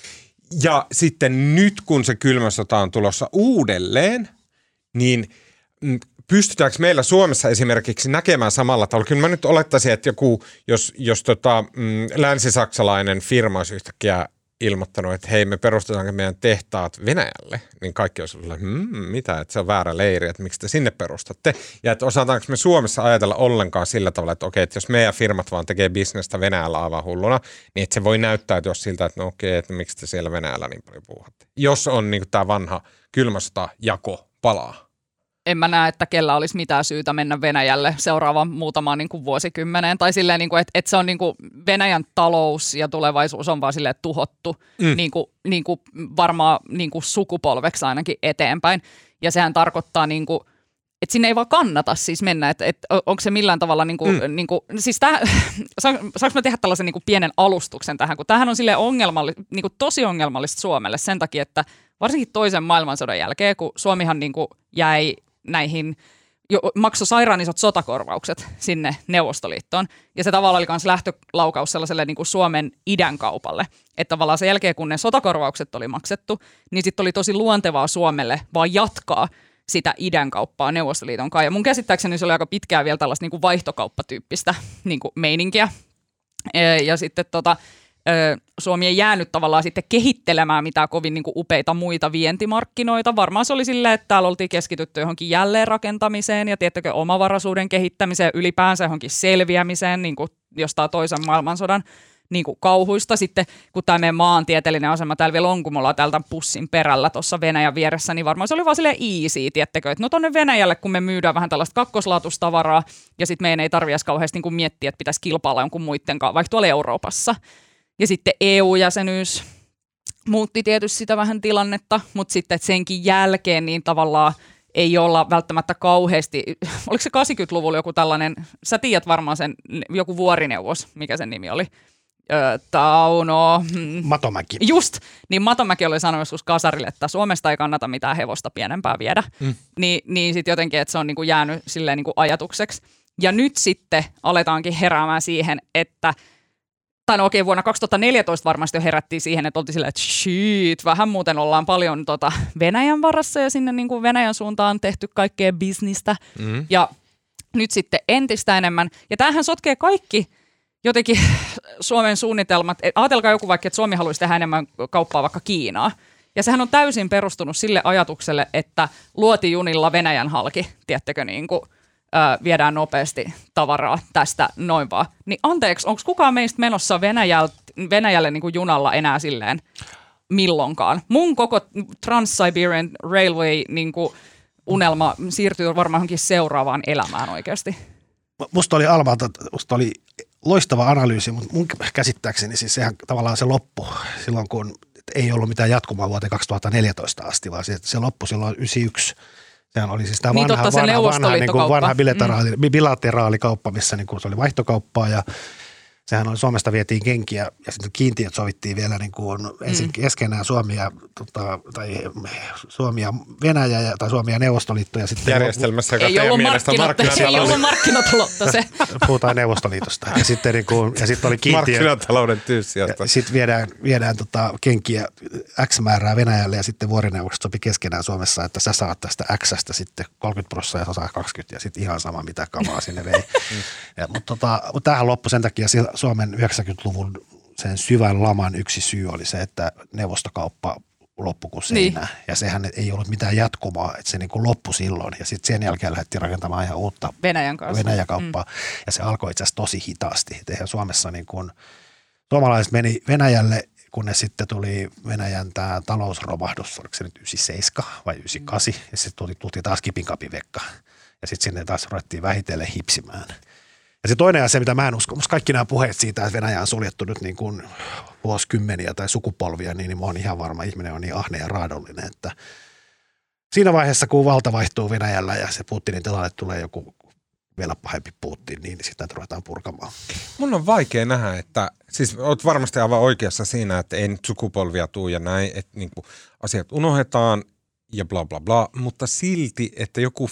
Ja sitten nyt, kun se kylmä sota on tulossa uudelleen, niin pystytäänkö meillä Suomessa esimerkiksi näkemään samalla tavalla? Kyllä mä nyt olettaisin, että joku, jos, jos tota, mm, länsisaksalainen firma olisi yhtäkkiä ilmoittanut, että hei, me perustetaankin meidän tehtaat Venäjälle, niin kaikki olisi ollut, hmm, mitä, että se on väärä leiri, että miksi te sinne perustatte. Ja että osataanko me Suomessa ajatella ollenkaan sillä tavalla, että okei, että jos meidän firmat vaan tekee bisnestä Venäjällä aivan hulluna, niin että se voi näyttäytyä siltä, että no okei, että miksi te siellä Venäjällä niin paljon puhutte. Jos on niin kuin tämä vanha kylmä sota jako palaa. En mä näe, että kellä olisi mitään syytä mennä Venäjälle seuraavan muutamaan niin kuin vuosikymmeneen. Tai silleen, niin kuin, että, että se on niin kuin Venäjän talous ja tulevaisuus on vaan silleen tuhottu mm. niin kuin, niin kuin varmaan niin kuin sukupolveksi ainakin eteenpäin. Ja sehän tarkoittaa, niin kuin, että sinne ei vaan kannata siis mennä. Että, että onko se millään tavalla, niin kuin, mm. niin kuin, siis tämä, saanko mä tehdä tällaisen niin kuin pienen alustuksen tähän, kun tämähän on silleen ongelmalli, niin kuin tosi ongelmallista Suomelle sen takia, että varsinkin toisen maailmansodan jälkeen, kun Suomihan niin kuin jäi näihin, jo, maksoi sairaan isot sotakorvaukset sinne Neuvostoliittoon. Ja se tavallaan oli myös lähtölaukaus sellaiselle niin kuin Suomen idän kaupalle. Että tavallaan sen jälkeen, kun ne sotakorvaukset oli maksettu, niin sitten oli tosi luontevaa Suomelle vaan jatkaa sitä idän kauppaa Neuvostoliiton kanssa. Ja mun käsittääkseni se oli aika pitkään vielä tällaista niin kuin vaihtokauppatyyppistä niin kuin meininkiä. Ja sitten tota, Suomi ei jäänyt tavallaan sitten kehittelemään mitään kovin niin kuin upeita muita vientimarkkinoita. Varmaan se oli silleen, että täällä oltiin keskitytty johonkin jälleenrakentamiseen ja tiettäkö omavaraisuuden kehittämiseen, ylipäänsä johonkin selviämiseen niin kuin jostain toisen maailmansodan niin kuin kauhuista. Sitten kun tämä meidän maantieteellinen asema täällä vielä on, kun me ollaan täältä pussin perällä tuossa Venäjän vieressä, niin varmaan se oli vaan silleen easy, tiettäkö, että no tonne Venäjälle, kun me myydään vähän tällaista kakkoslaatustavaraa ja sitten meidän ei tarvitse kauheasti niin kuin miettiä, että pitäisi kilpailla jonkun muiden kanssa, vaikka tuolla Euroopassa. Ja sitten E U-jäsenyys muutti tietysti sitä vähän tilannetta, mutta sitten senkin jälkeen niin tavallaan ei olla välttämättä kauheasti, oliko se kahdeksankymmentäluvulla joku tällainen, sä tiedät varmaan sen, joku vuorineuvos, mikä sen nimi oli, öö, Tauno. Matomäki. Just, niin Matomäki oli sanonut joskus kasarille, että Suomesta ei kannata mitään hevosta pienempää viedä, mm. Ni, niin sitten jotenkin, että se on niinku jäänyt silleen niinku ajatukseksi. Ja nyt sitten aletaankin heräämään siihen, että tai no okei, vuonna kaksituhattaneljätoista varmasti jo herättiin siihen, että oltiin silleen, että shit, vähän muuten ollaan paljon tota Venäjän varassa ja sinne niin kuin Venäjän suuntaan on tehty kaikkea bisnistä. Mm. Ja nyt sitten entistä enemmän. Ja tämähän sotkee kaikki jotenkin Suomen suunnitelmat. Ajatelkaa joku vaikka, että Suomi haluaisi tehdä enemmän kauppaa vaikka Kiinaa. Ja sehän on täysin perustunut sille ajatukselle, että luotijunilla Venäjän halki, tiedättekö niin kuin, viedään nopeasti tavaraa tästä noin vaan. Niin anteeksi, onko kukaan meistä menossa Venäjälle, Venäjälle niin kuin junalla enää silleen milloinkaan? Mun koko Trans-Siberian Railway niin kuin unelma siirtyy varmaan johonkin seuraavaan elämään oikeasti. Musta oli Almalta, musta oli loistava analyysi, mutta mun käsittääkseni siis sehän tavallaan se loppu silloin, kun ei ollut mitään jatkumaa vuoteen kaksituhattaneljätoista asti, vaan se, se loppui silloin yhdeksänkymmentäyksi. Sehän oli siis tämä niin vanha, totta, vanha, vanha, niin kuin vanha bilateraali, mm. bilateraali kauppa, missä niin kuin se oli vaihtokauppaa ja sehän oli, Suomesta vietiin kenkiä ja sitten kiintiöt sovittiin vielä niin kuin ensin mm. keskenään Suomi ja, tota, tai Suomi ja Venäjä ja, tai Suomi ja Neuvostoliitto. Ja sitten järjestelmässä, joka ei teidän ollut mielestä markkinataloutta. Ei ollut markkinataloutta se. Puhutaan Neuvostoliitosta. Ja sitten, niin kuin, ja sitten oli kiintiö. Markkinatalouden tyyssijasta. Sitten viedään, viedään tota kenkiä X määrää Venäjälle ja sitten vuorineuvokset sopi keskenään Suomessa, että sä saat tästä X:stä sitten kolmekymmentä prosenttia ja sä saat kaksikymmentä ja sitten ihan sama mitä kamaa sinne vei. ja, mutta tota, mut tämähän loppui sen takia Suomen yhdeksänkymmentäluvun sen syvän laman yksi syy oli se, että neuvostokauppa loppui kuin seinä. Niin. Ja sehän ei ollut mitään jatkumaa, että se niin kuin loppui silloin. Ja sitten sen jälkeen lähdettiin rakentamaan ihan uutta Venäjän kanssa. Venäjäkauppaa. Mm. Ja se alkoi itse asiassa tosi hitaasti. Et eihän Suomessa niin kuin, suomalaiset meni Venäjälle, kun ne sitten tuli Venäjän tämä talousromahdus, oliko se nyt yhdeksänkymmentäseitsemän vai yhdeksänkymmentäkahdeksan. Mm. Ja sitten tuli, tuli taas kipinkapivekka. Ja sitten sinne taas ruvettiin vähitellen hipsimään. Ja se toinen asia, mitä mä en usko, musta kaikki nämä puheet siitä, että Venäjä on suljettu nyt niin kuin vuosikymmeniä tai sukupolvia, niin, niin mä oon ihan varma, ihminen on niin ahne ja raadollinen, että siinä vaiheessa, kun valta vaihtuu Venäjällä ja se Putinin tilalle tulee joku vielä pahempi Putin, niin sitä ruvetaan purkamaan. Mun on vaikea nähdä, että siis oot varmasti aivan oikeassa siinä, että ei nyt sukupolvia tuu ja näin, että niin kuin asiat unohdetaan ja bla bla bla, mutta silti, että joku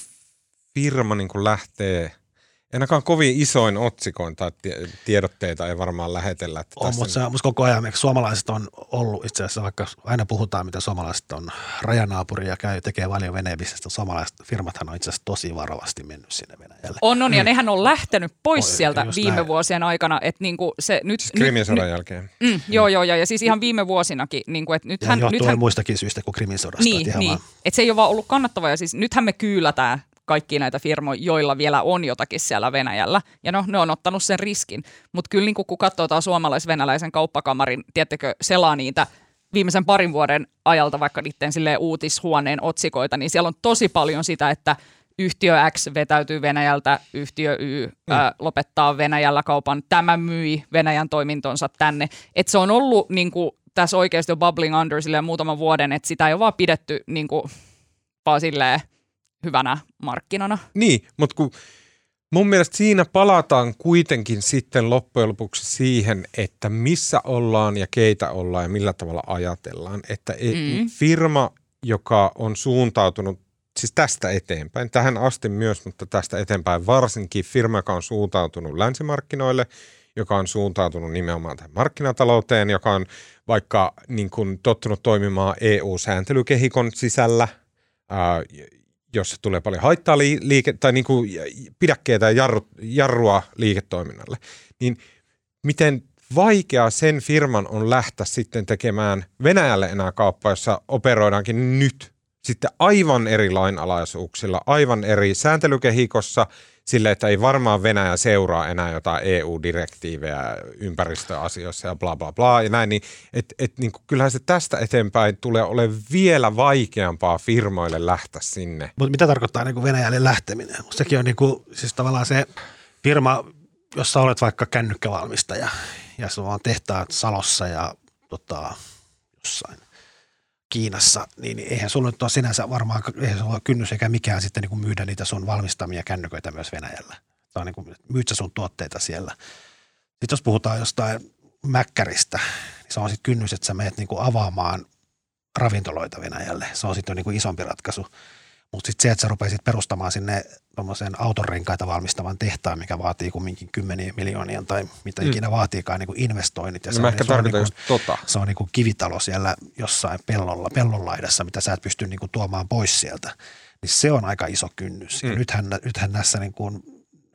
firma niin kuin lähtee ainakaan kovin isoin otsikoin tai tiedotteita ei varmaan lähetellä. Että on, mutta se, musta koko ajan suomalaiset on ollut itse asiassa, vaikka aina puhutaan, mitä suomalaiset on rajanaapuri ja käy, tekee paljon veneenbisnestä, suomalaiset firmathan on itse asiassa tosi varovasti mennyt sinne Venäjälle. On, on, ja mm. nehän on lähtenyt pois on, sieltä viime näin. vuosien aikana, että niinku se nyt... Siis Krimin sodan jälkeen. Mm, joo, joo, joo, ja siis ihan viime vuosinakin. Niinku, että nythän, ja johtuu nythän, muistakin syistä kuin Krimin sodasta. Niin, että niin. Et se ei ole vaan ollut kannattavaa, ja siis nythän me kyylätään kaikki näitä firmoja, joilla vielä on jotakin siellä Venäjällä. Ja no, ne on ottanut sen riskin. Mutta kyllä niin kun katsoo suomalais-venäläisen kauppakamarin, tiedättekö, selaa niitä viimeisen parin vuoden ajalta vaikka niiden silleen uutishuoneen otsikoita, niin siellä on tosi paljon sitä, että yhtiö X vetäytyy Venäjältä, yhtiö Y mm. ä, lopettaa Venäjällä kaupan, tämä myi Venäjän toimintonsa tänne. Että se on ollut niin kuin, tässä oikeasti jo bubbling under silleen muutaman vuoden, että sitä ei ole vaan pidetty niin kuin, vaan silleen hyvänä markkinana. Niin, mutta kun mun mielestä siinä palataan kuitenkin sitten loppujen lopuksi siihen, että missä ollaan ja keitä ollaan ja millä tavalla ajatellaan. Että mm. firma, joka on suuntautunut, siis tästä eteenpäin, tähän asti myös, mutta tästä eteenpäin varsinkin firma, joka on suuntautunut länsimarkkinoille, joka on suuntautunut nimenomaan tähän markkinatalouteen, joka on vaikka niin kuin tottunut toimimaan E U-sääntelykehikon sisällä, ää, jossa tulee paljon haittaa liike- tai niin kuin pidäkkeitä ja jarru, jarrua liiketoiminnalle, niin miten vaikea sen firman on lähteä sitten tekemään Venäjälle enää kauppaa, jossa operoidaankin nyt sitten aivan eri lainalaisuuksilla, aivan eri sääntelykehikossa, sille, että ei varmaan Venäjä seuraa enää jotain E U-direktiivejä ympäristöasioissa ja bla bla bla ja näin, niin et, et, niin kyllähän se tästä eteenpäin tulee olemaan vielä vaikeampaa firmoille lähteä sinne. Mutta mitä tarkoittaa niin kuin Venäjälle lähteminen? Sekin on niin kuin, siis tavallaan se firma, jossa olet vaikka kännykkävalmistaja ja sulla on tehtaat Salossa ja tota, jossain Kiinassa, niin eihän sulla nyt ole sinänsä varmaan, eihän sulla ole kynnys eikä mikään sitten niin kuin myydä niitä sun valmistamia kännyköitä myös Venäjällä. Se on niin kuin, myyt sä sun tuotteita siellä. Sitten jos puhutaan jostain mäkkäristä, niin se on sitten kynnys, että sä menet niin kuin avaamaan ravintoloita Venäjälle. Se on sitten niin kuin isompi ratkaisu. Mutta sitten se, että sä rupeisit perustamaan sinne tuommoisen autonrenkaita valmistavan tehtaan, mikä vaatii kumminkin kymmeniä miljoonia tai mitä mm. ikinä vaatiikaan niin kuin investoinnit. Ja no se, mä on, ehkä se, on, niin kuin, tota. se on niin kuin kivitalo siellä jossain pellolla, pellonlaidassa, mitä sä et pysty niin kuin tuomaan pois sieltä. Niin se on aika iso kynnys. Mm. Ja nythän, nythän näissä niin kuin,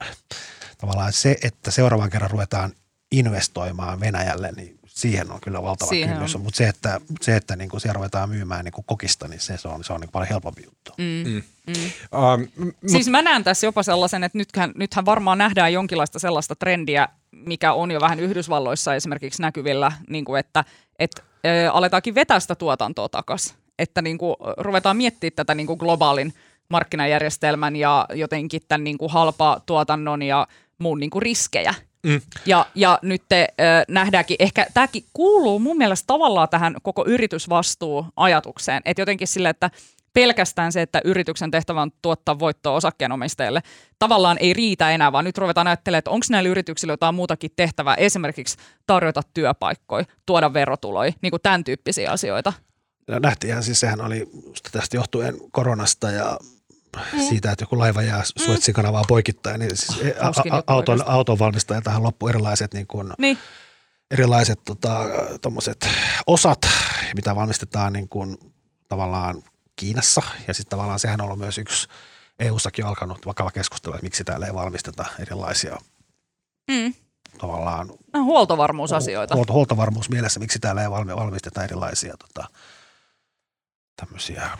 tavallaan se, että seuraavan kerran ruvetaan investoimaan Venäjälle, niin siihen on kyllä valtava siihen kynnys. Mutta se, että, se, että niin kuin siellä ruvetaan myymään niin kuin kokista, niin se, se on, se on niin paljon helpompi juttu. Mm. Mm. Mm. Um, siis mä näen tässä jopa sellaisen, että nythän, nythän varmaan nähdään jonkinlaista sellaista trendiä, mikä on jo vähän Yhdysvalloissa esimerkiksi näkyvillä, niin kuin että et, ä, aletaankin vetää sitä tuotantoa takaisin. Että niin kuin, ruvetaan miettimään tätä niin kuin globaalin markkinajärjestelmän ja jotenkin tämän niin kuin halpa tuotannon ja muun niin kuin riskejä. Mm. Ja, ja nyt te, äh, nähdäänkin, ehkä tämäkin kuuluu mun mielestä tavallaan tähän koko yritysvastuu-ajatukseen, että jotenkin sille, että pelkästään se, että yrityksen tehtävä on tuottaa voittoa osakkeenomistajille, tavallaan ei riitä enää, vaan nyt ruvetaan ajattelemaan, että onko näillä yrityksillä jotain muutakin tehtävää, esimerkiksi tarjota työpaikkoja, tuoda verotuloja, niin kuin tämän tyyppisiä asioita. No, nähtiinhän siis, sehän oli tästä johtuen koronasta ja mm. siitä, että joku laiva jää Suetsin kanavaa poikittain, niin siis oh, a- a- auton, auton valmistajiltahan loppu erilaiset, niin kuin, niin. erilaiset tota, tommoset osat, mitä valmistetaan niin kuin, tavallaan Kiinassa, ja sitten tavallaan sehän on ollut myös yksi, E U:ssakin on alkanut vakava keskustelu, että miksi täällä ei valmisteta erilaisia mm. tavallaan no, huoltovarmuusasioita. Huolto, huoltovarmuus mielessä, miksi täällä ei valmisteta erilaisia tota, tämmöisiä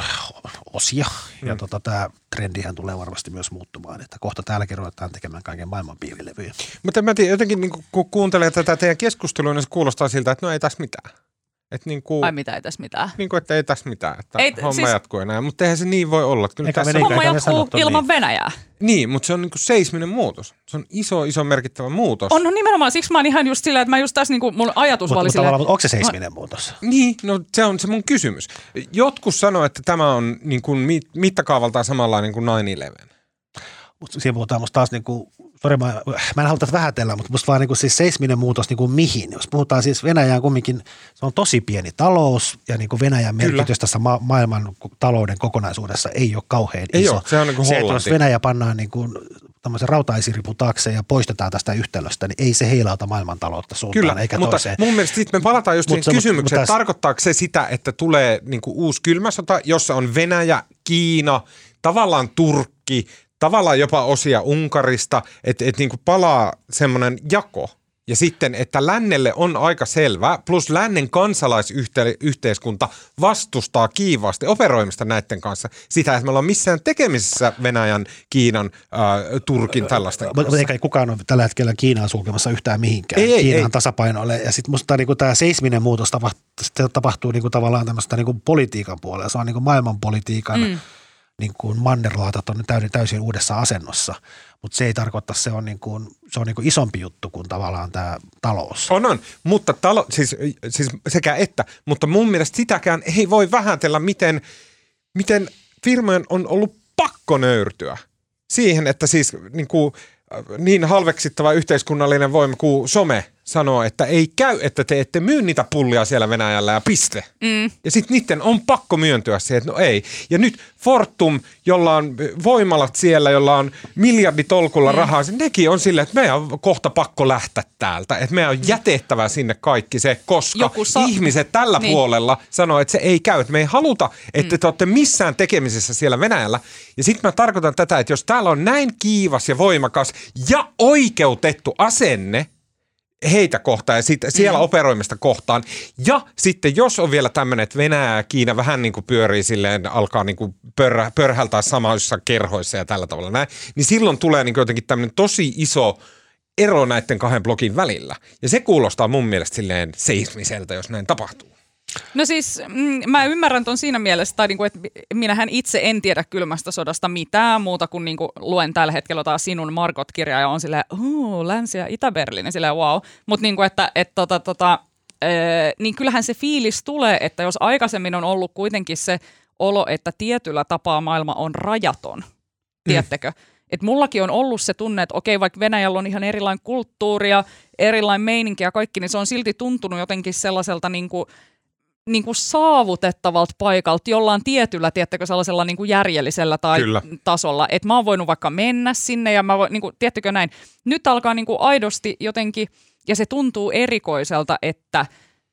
osia, mm. ja tota, tämä trendihän tulee varmasti myös muuttumaan, että kohta täälläkin ruvetaan tekemään kaiken maailman piirilevyjä. Mutta mä tiedän, jotenkin niin kun kuuntelee tätä teidän keskustelua, niin se kuulostaa siltä, että no ei tässä mitään. Et niin kuin, Ai mitä ei tässä mitään? Niin kuin, että ei tässä mitään, että ei, homma siis, jatkuu enää, mutta eihän se niin voi olla. Kyllä tässä homma jatkuu ilman niin. Venäjää. Niin, mutta se on niin kuin seisminen muutos. Se on iso, iso merkittävä muutos. On no nimenomaan, siksi mä oon ihan just silleen, että mä just tässä niin kuin mun ajatus mut, oli mutta silleen. Mutta onko se seisminen muutos? Niin, no se on se mun kysymys. Jotkut sanoo, että tämä on niin kuin mittakaavaltaan samanlainen kuin nine eleven. Mutta siinä puhutaan musta taas niin kuin, sori mä, mä en halua tätä vähätellä, mutta musta vaan niin kuin siis seisminen muutos niin kuin mihin. Jos puhutaan siis Venäjään kumminkin, se on tosi pieni talous ja niin kuin Venäjän merkitys tässä ma- maailman talouden kokonaisuudessa ei ole kauhean ei iso. Ole, se on niin kuin se, Hollanti. Jos Venäjä pannaan niin kuin tämmöisen rautaisiripun taakse ja poistetaan tästä yhtälöstä, niin ei se heilauta maailmantaloutta suuntaan Kyllä, eikä mutta toiseen. mun mielestä sitten me palataan just siihen kysymykseen, mutta tarkoittaako se sitä, että tulee niin kuin uusi kylmä sota, jossa on Venäjä, Kiina, tavallaan Turkki, tavallaan jopa osia Unkarista, että et niinku palaa semmoinen jako. Ja sitten, että lännelle on aika selvä, plus lännen kansalaisyhteiskunta vastustaa kiivaasti operoimista näiden kanssa sitä, että me ollaan missään tekemisissä Venäjän, Kiinan, äh, Turkin tällaisten kanssa. Mutta eikä kukaan ole tällä hetkellä Kiinaa sulkemassa yhtään mihinkään. Ei, Kiinan ei. tasapainoille. Ja sitten musta niinku tämä seisminen muutos tapahtuu, tapahtuu niinku tavallaan tämmöistä niinku politiikan puolella. Se on niinku maailmanpolitiikan mm. niin kuin mannerlaatat on täysin, täysin uudessa asennossa, mutta se ei tarkoita, se on, niin kuin, se on niin kuin isompi juttu kuin tavallaan tämä talous. On, on, mutta talo, siis, siis sekä että, mutta mun mielestä sitäkään ei voi vähätellä, miten, miten firmojen on ollut pakko nöyrtyä siihen, että siis niin kuin, niin halveksittava yhteiskunnallinen voima kuin some sanoo, että ei käy, että te ette myy niitä pullia siellä Venäjällä ja piste. Mm. Ja sitten niiden on pakko myöntyä siihen, että no ei. Ja nyt Fortum, jolla on voimalat siellä, jolla on miljarditolkulla mm. rahaa, nekin on silleen, että meidän on kohta pakko lähteä täältä. Että meidän on jätettävä sinne kaikki se, koska sa- ihmiset tällä niin. puolella sanoo, että se ei käy. Että me ei haluta, että mm. te olette missään tekemisessä siellä Venäjällä. Ja sitten mä tarkoitan tätä, että jos täällä on näin kiivas ja voimakas ja oikeutettu asenne heitä kohtaan ja sit siellä mm. operoimista kohtaan. Ja sitten jos on vielä tämmöinen, että Venäjä ja Kiina vähän niin kuin pyörii silleen, alkaa niin kuin pörrä, pörhältää samoissa kerhoissa ja tällä tavalla näin, niin silloin tulee niin kuin jotenkin tämmöinen tosi iso ero näiden kahden blokin välillä. Ja se kuulostaa mun mielestä silleen seismiseltä, jos näin tapahtuu. No siis mm, mä ymmärrän ton siinä mielessä, tai niinku, että minähän itse en tiedä kylmästä sodasta mitään muuta kuin niinku luen tällä hetkellä taas sinun Margot-kirjaa ja on silleen, oh, Länsi- ja Itä-Berliini, silleen wow. Mutta niinku, että et, tota, tota, ee, niin kyllähän se fiilis tulee, että jos aikaisemmin on ollut kuitenkin se olo, että tietyllä tapaa maailma on rajaton, mm. tiedättekö? Että mullakin on ollut se tunne, että okei, vaikka Venäjällä on ihan erilainen kulttuuri ja erilainen meininki ja kaikki, niin se on silti tuntunut jotenkin sellaiselta niinku niin kuin saavutettavalta paikalta jollain tietyllä, tiedättekö, sellaisella niin kuin järjellisellä tai Kyllä. tasolla, että mä oon voinut vaikka mennä sinne ja mä voin, niin kuin, tiedättekö näin, nyt alkaa niin kuin aidosti jotenkin, ja se tuntuu erikoiselta, että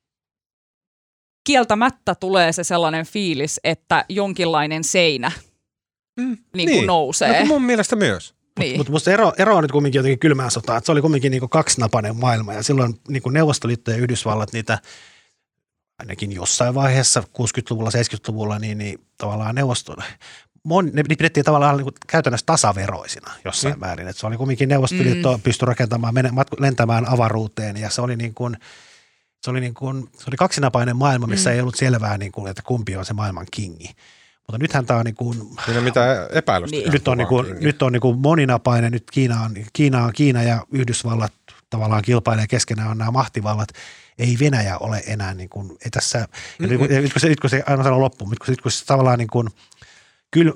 kieltämättä tulee se sellainen fiilis, että jonkinlainen seinä mm, niin kuin niin. nousee. No mun mielestä myös. Niin. Mutta musta ero, ero on nyt kumminkin jotenkin kylmään sotaan, että se oli kumminkin niinku kaksinapainen maailma ja silloin niinku Neuvostoliitto ja Yhdysvallat niitä ainakin jossain vaiheessa kuusikymmentäluvulla, seitsemänkymmentäluvulla, niin, niin tavallaan neuvosto, mon, ne pidettiin tavallaan niin kuin käytännössä tasaveroisina jossain mm. määrin. Että se oli kumminkin Neuvostoliitto mm. pystyi rakentamaan, matku, lentämään avaruuteen ja se oli niin kuin, se oli niin kuin, se oli kaksinapainen maailma, missä mm. ei ollut selvää, niin kuin, että kumpi on se maailman kingi. Mutta nythän tämä on niin kuin, siinä mitä epäilystä. Niin. Nyt on, niin kuin, nyt on niin kuin moninapainen, nyt Kiina on, Kiina on Kiina ja Yhdysvallat tavallaan kilpailee keskenään on nämä mahtivallat. Ei Venäjä ole enää niin kuin, ei tässä, mm-hmm. nyt, nyt, kun se, nyt kun se aina sanoo loppuun, nyt kun se, kun se tavallaan niin kuin kyl,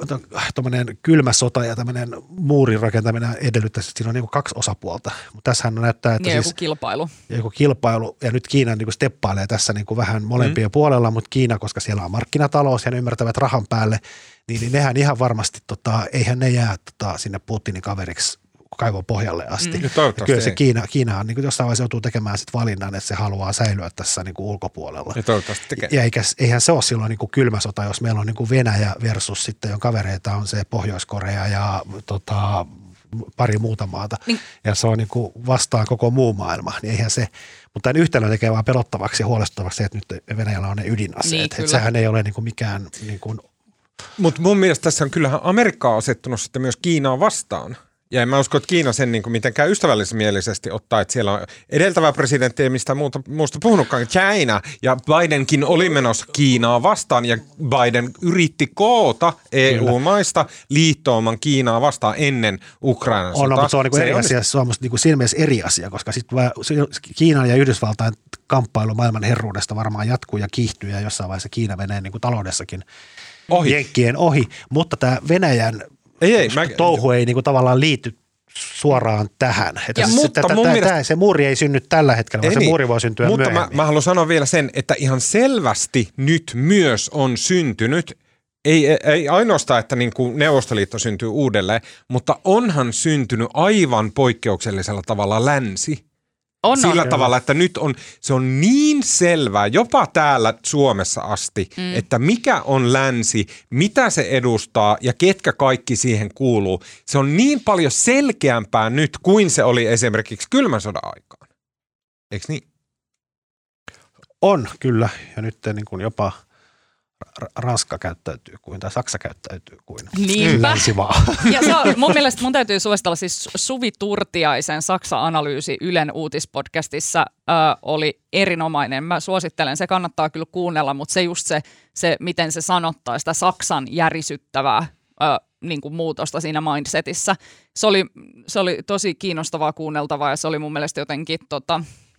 kylmä sota ja tämmöinen muurin rakentaminen edellyttäisi, että siinä on niin kuin kaksi osapuolta. Mutta tässähän näyttää, että ja siis, joku kilpailu. Ja joku kilpailu, ja nyt Kiina niin kuin steppailee tässä niin kuin vähän molempien mm-hmm. puolella, mutta Kiina, koska siellä on markkinatalous ja ne ymmärtävät rahan päälle, niin, niin nehän ihan varmasti, tota, eihän ne jää tota, sinne Putinin kaveriksi kaivon pohjalle asti. Mm. Kyllä se Kiina, Kiinahan niin jossain vaiheessa joutuu tekemään sit valinnan, että se haluaa säilyä tässä niin kuin ulkopuolella. Ja toivottavasti tekee. Ja eikä, eihän se ole silloin niin kuin kylmä sota, jos meillä on niin kuin Venäjä versus sitten, jonka kavereita on se Pohjois-Korea ja tota, pari muuta maata. Niin. Ja se on niin kuin vastaan koko muu maailma, niin eihän se, mutta tämän yhtälön tekee vaan pelottavaksi ja huolestuttavaksi se, että nyt Venäjällä on ne ydinaseet. Niin, että sehän ei ole niin kuin mikään niin kuin. Mutta mun mielestä tässä on kyllähän Amerikka on asettunut sitten myös Kiinaa vastaan. Ja en mä usko, että Kiina sen niin kuin mitenkään ystävällismielisesti ottaa, että siellä on edeltävä presidentti ja mistä muuta, muusta puhunutkaan, China, ja Bidenkin oli menossa Kiinaa vastaan, ja Biden yritti koota E U-maista liittouman Kiinaa vastaan ennen Ukrainan sotaa. On, no, mutta se on niin eri on asia, se on musta niin siinä mielessä eri asia, koska sitten Kiinan ja Yhdysvaltain kamppailu maailman herruudesta varmaan jatkuu ja kiihtyy, ja jossain vaiheessa Kiina menee niin kuin taloudessakin ohi. Jenkkien ohi, mutta tämä Venäjän Ei, ei, mä, touhu ei niin kuin tavallaan liity suoraan tähän. Että ja, se, mutta tätä, mun tämä, mielestä, se muuri ei synny tällä hetkellä, vaan se niin, muuri voi syntyä mutta myöhemmin. Mutta mä, mä haluan sanoa vielä sen, että ihan selvästi nyt myös on syntynyt, ei, ei ainoastaan, että niin kuin Neuvostoliitto syntyy uudelleen, mutta onhan syntynyt aivan poikkeuksellisella tavalla länsi. On, Sillä on. tavalla, että nyt on, se on niin selvää, jopa täällä Suomessa asti, mm. että mikä on länsi, mitä se edustaa ja ketkä kaikki siihen kuuluu. Se on niin paljon selkeämpää nyt kuin se oli esimerkiksi kylmän sodan aikaan. Eikö niin? On, kyllä. Ja nyt niin kuin jopa Ranska käyttäytyy kuin, tai Saksa käyttäytyy kuin länsimaa. Ja se on, mun mielestä mun täytyy suositella siis Suvi Turtiaisen Saksa-analyysi Ylen uutispodcastissa äh, oli erinomainen. Mä suosittelen, se kannattaa kyllä kuunnella, mutta se just se, se miten se sanottaa sitä Saksan järisyttävää äh, niin kuin muutosta siinä mindsetissä. Se oli, se oli tosi kiinnostavaa kuunneltavaa ja se oli mun mielestä jotenkin tota,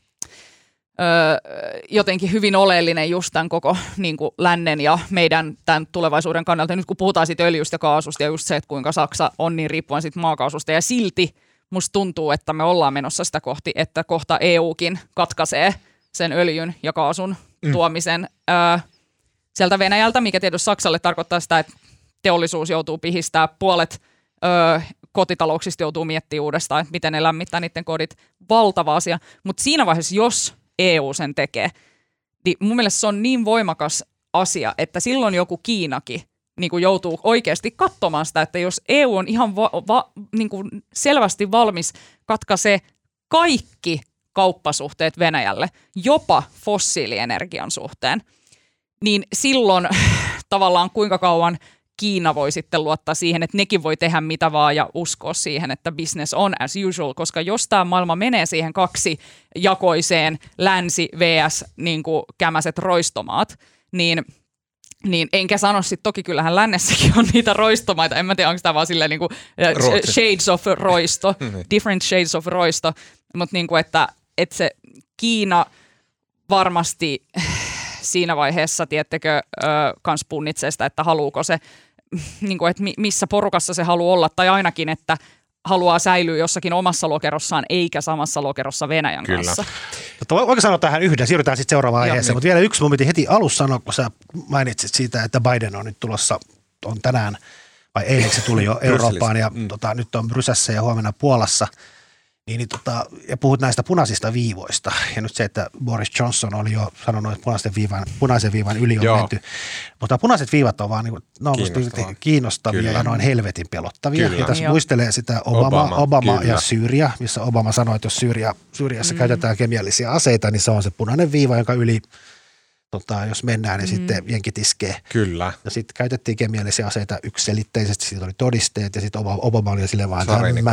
Öö, jotenkin hyvin oleellinen just tämän koko niin kuin lännen ja meidän tämän tulevaisuuden kannalta. Ja nyt kun puhutaan siitä öljystä ja kaasusta ja just se, että kuinka Saksa on niin riippuvainen siitä maakaasusta ja silti musta tuntuu, että me ollaan menossa sitä kohti, että kohta E Ukin katkaisee sen öljyn ja kaasun mm. tuomisen öö, sieltä Venäjältä, mikä tietysti Saksalle tarkoittaa sitä, että teollisuus joutuu pihistää puolet öö, kotitalouksista joutuu miettimään uudestaan, että miten ne lämmittää niiden kodit. Valtava asia, mutta siinä vaiheessa, jos E U sen tekee, niin mun mielestä se on niin voimakas asia, että silloin joku Kiinakin niin kuin joutuu oikeasti katsomaan sitä, että jos E U on ihan va- va- niin kuin selvästi valmis katkaisee kaikki kauppasuhteet Venäjälle, jopa fossiilienergian suhteen, niin silloin tavallaan kuinka kauan Kiina voi sitten luottaa siihen, että nekin voi tehdä mitä vaan ja uskoa siihen, että business on as usual, koska jos tämä maailma menee siihen kaksijakoiseen länsi vs. Niin kuin kämäset roistomaat, niin, niin enkä sano sitten, toki kyllähän lännessäkin on niitä roistomaita, en mä tiedä, onko tämä vaan silleen niin kuin shades of roisto, different shades of roisto, mutta niin kuin, että, että se Kiina varmasti siinä vaiheessa, tiettekö, kans punnitsee sitä, että haluuko se, niin kuin, että missä porukassa se haluaa olla, tai ainakin, että haluaa säilyä jossakin omassa lokerossaan, eikä samassa lokerossa Venäjän Kyllä. kanssa. Mutta voiko sanoa tähän yhden, siirrytään sitten seuraavaan aiheeseen, niin. Mutta vielä yksi mun piti heti alussa sanoa, kun sä mainitsit siitä, että Biden on nyt tulossa, on tänään, vai eilen se tuli jo Eurooppaan, ja mm. tota, nyt on Brysässä ja huomenna Puolassa. Niin, niin tota, ja puhut näistä punaisista viivoista. Ja nyt se, että Boris Johnson oli jo sanonut, että punaisen viivan, punaisen viivan yli on Joo. menty. Mutta punaiset viivat on vaan niin, no, kiinnostavia, kiinnostavia ja noin helvetin pelottavia. Kyllä. Ja tässä Joo. muistelee sitä Obama, Obama, Obama ja Syyria, missä Obama sanoi, että jos Syyria, Syyriassa mm. käytetään kemiallisia aseita, niin se on se punainen viiva, jonka yli Tota, jos mennään, niin mm. sitten jenkit iskee. Kyllä. Ja sitten käytettiin kemiallisia aseita yksiselitteisesti, siitä oli todisteet ja sitten Obama oli silleen vaan,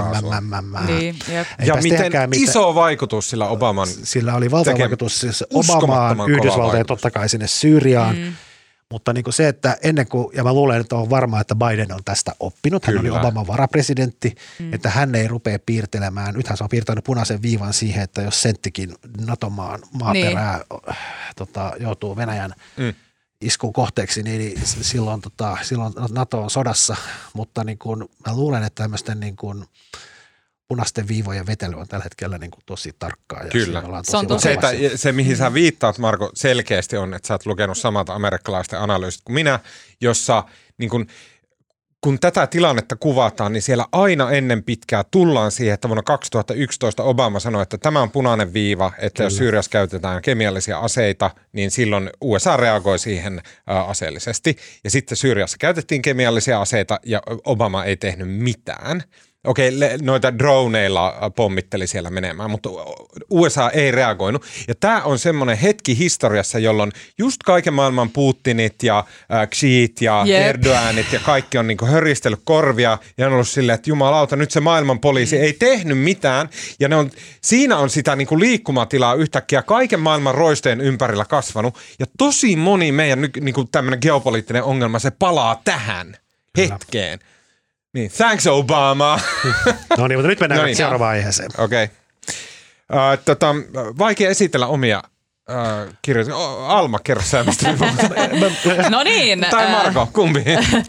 että niin, ja miten iso mitä, vaikutus sillä Obaman Sillä oli valtava vaikutus siis Obamaan, Yhdysvaltojen totta kai sinne Syyriaan, mm. Mutta niin kuin se, että ennen kuin, ja mä luulen, että on varma, että Biden on tästä oppinut, hän Kyllä. oli Obaman varapresidentti, mm. että hän ei rupea piirtelemään, nythän se on piirtänyt punaisen viivan siihen, että jos senttikin NATO-maan maaperää niin. tota, joutuu Venäjän mm. iskun kohteeksi, niin silloin, tota, silloin NATO on sodassa, mutta niin kuin, mä luulen, että tämmöisten niin kuin punaisten viivojen vetely on tällä hetkellä niin kuin tosi tarkkaa. Ja Kyllä. Se, on se, että, se, mihin sä viittaat, Marko, selkeästi on, että sä oot lukenut samat amerikkalaisten analyysit kuin minä, jossa niin kun, kun tätä tilannetta kuvataan, niin siellä aina ennen pitkää tullaan siihen, että vuonna kaksituhattayksitoista Obama sanoi, että tämä on punainen viiva, että Kyllä. jos Syyriassa käytetään kemiallisia aseita, niin silloin U S A reagoi siihen ä, aseellisesti. Ja sitten Syyriassa käytettiin kemiallisia aseita ja Obama ei tehnyt mitään. Okei, noita droneilla pommitteli siellä menemään, mutta U S A ei reagoinut. Ja tämä on semmoinen hetki historiassa, jolloin just kaiken maailman Putinit ja äh, Xiit ja yep. Erdoganit ja kaikki on niinku höristellyt korvia ja on ollut silleen, että jumalauta, nyt se maailman poliisi mm. ei tehnyt mitään. Ja ne on, siinä on sitä niinku liikkumatilaa yhtäkkiä kaiken maailman roisteen ympärillä kasvanut. Ja tosi moni meidän niinku tämmöinen geopoliittinen ongelma, se palaa tähän hetkeen. Niin, thanks Obama. No niin, mutta nyt mennään no niin. seuraavaan aiheeseen. Okei. Okay. Uh, tota, vaikea esitellä omia uh, kirjoja. Oh, Alma, kerro sä, mistä No niin. Tai Marko, kumpi?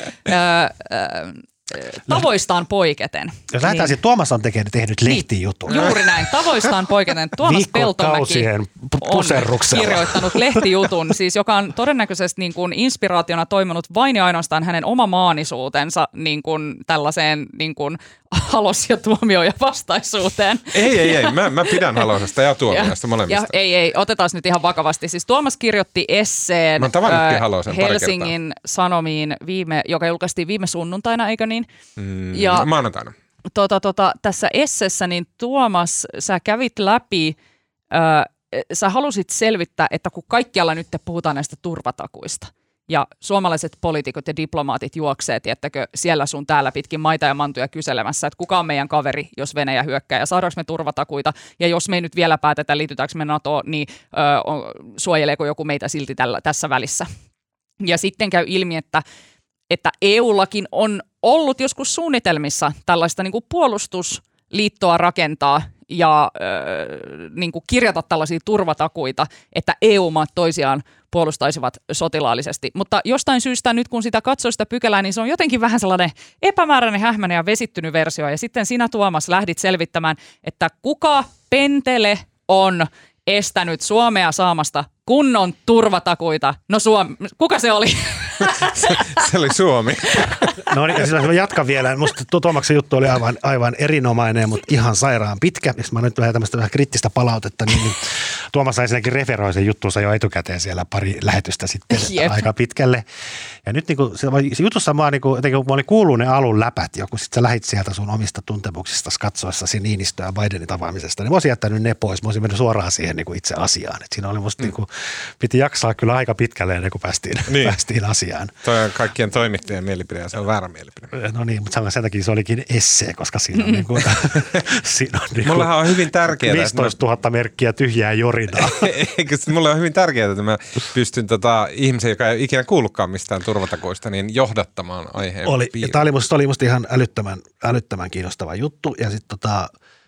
Tavoistaan poiketen. Jos lähdetään niin. Tuomas on tehnyt, tehnyt lehtijutun. Niin, juuri näin. Tavoistaan poiketen. Tuomas Peltomäki on kirjoittanut lehtijutun, siis joka on todennäköisesti niin kuin inspiraationa toiminut vain ja ainoastaan hänen oma maanisuutensa niin kuin tällaiseen niin kuin halos ja tuomio ja vastaisuuteen. Ei, ei, ei. Mä, mä pidän halosesta ja tuomiosta molemmista. Ja, ei, ei. Otetaan nyt ihan vakavasti. Siis Tuomas kirjoitti esseen äh, Helsingin Sanomiin, viime, joka julkaistiin viime sunnuntaina, eikö niin? Mm, ja maanantaina. Tota, tota, tässä esseessä niin Tuomas, sä kävit läpi, äh, sä halusit selvittää, että kun kaikkialla nyt puhutaan näistä turvatakuista, ja suomalaiset poliitikot ja diplomaatit juoksee, tiettäkö, siellä sun täällä pitkin maita ja mantuja kyselemässä, että kuka on meidän kaveri, jos Venäjä hyökkää, ja saadaanko me turvatakuita, ja jos me ei nyt vielä päätetä, liitytäänkö me NATOon, niin ö, suojeleeko joku meitä silti tällä, tässä välissä. Ja sitten käy ilmi, että, että E U:llakin on ollut joskus suunnitelmissa tällaista niin kuin puolustusliittoa rakentaa, ja äh, niin kuin kirjata tällaisia turvatakuita, että E U-maat toisiaan puolustaisivat sotilaallisesti. Mutta jostain syystä nyt kun sitä katsoo sitä pykälää, niin se on jotenkin vähän sellainen epämääräinen, hähmäinen ja vesittynyt versio. Ja sitten sinä, Tuomas, lähdit selvittämään, että kuka pentele on estänyt Suomea saamasta kunnon turvatakuita. No Suomi, kuka se oli? se, se oli Suomi. No niin, siis mä jatkan vielä. Musta Tuomaksen juttu oli aivan, aivan erinomainen, mutta ihan sairaan pitkä. Jos mä nyt vähän tämmöistä vähän kriittistä palautetta, niin, niin Tuomas ensinnäkin referoi sen juttunsa jo etukäteen siellä pari lähetystä sitten Jep. aika pitkälle. Ja nyt niin kuin, se, se jutussa mä, niin kuin, jotenkin, kun mä olin kuullut ne alun läpät, joku sitten sä lähit sieltä sun omista tuntemuksistasi katsoessasi Niinistöä Bidenin tapaamisesta, niin mä olisin jättänyt ne pois. Mä olisin mennyt suoraan siihen niin kuin itse asiaan. Et siinä oli musta mm. niin kuin, piti jaksaa kyllä aika pitkälle ennen kuin päästiin, niin. päästiin asiaan. Toi on kaikkien toimittajien mielipide ja se on väärä mielipide. No niin, mutta sen takia se olikin essee, koska siinä on, niin kuin, siinä on niin mullahan on hyvin tärkeää. viisitoistatuhatta merkkiä tyhjää jorinaa. Eikö mulle on hyvin tärkeää, että mä pystyn tota, ihmisen, joka ei ikinä kuullutkaan mistään turvatakuista, niin johdattamaan aiheen oli, piiriin. Tämä oli musta, oli musta ihan älyttömän, älyttömän kiinnostava juttu. Ja sitten tota,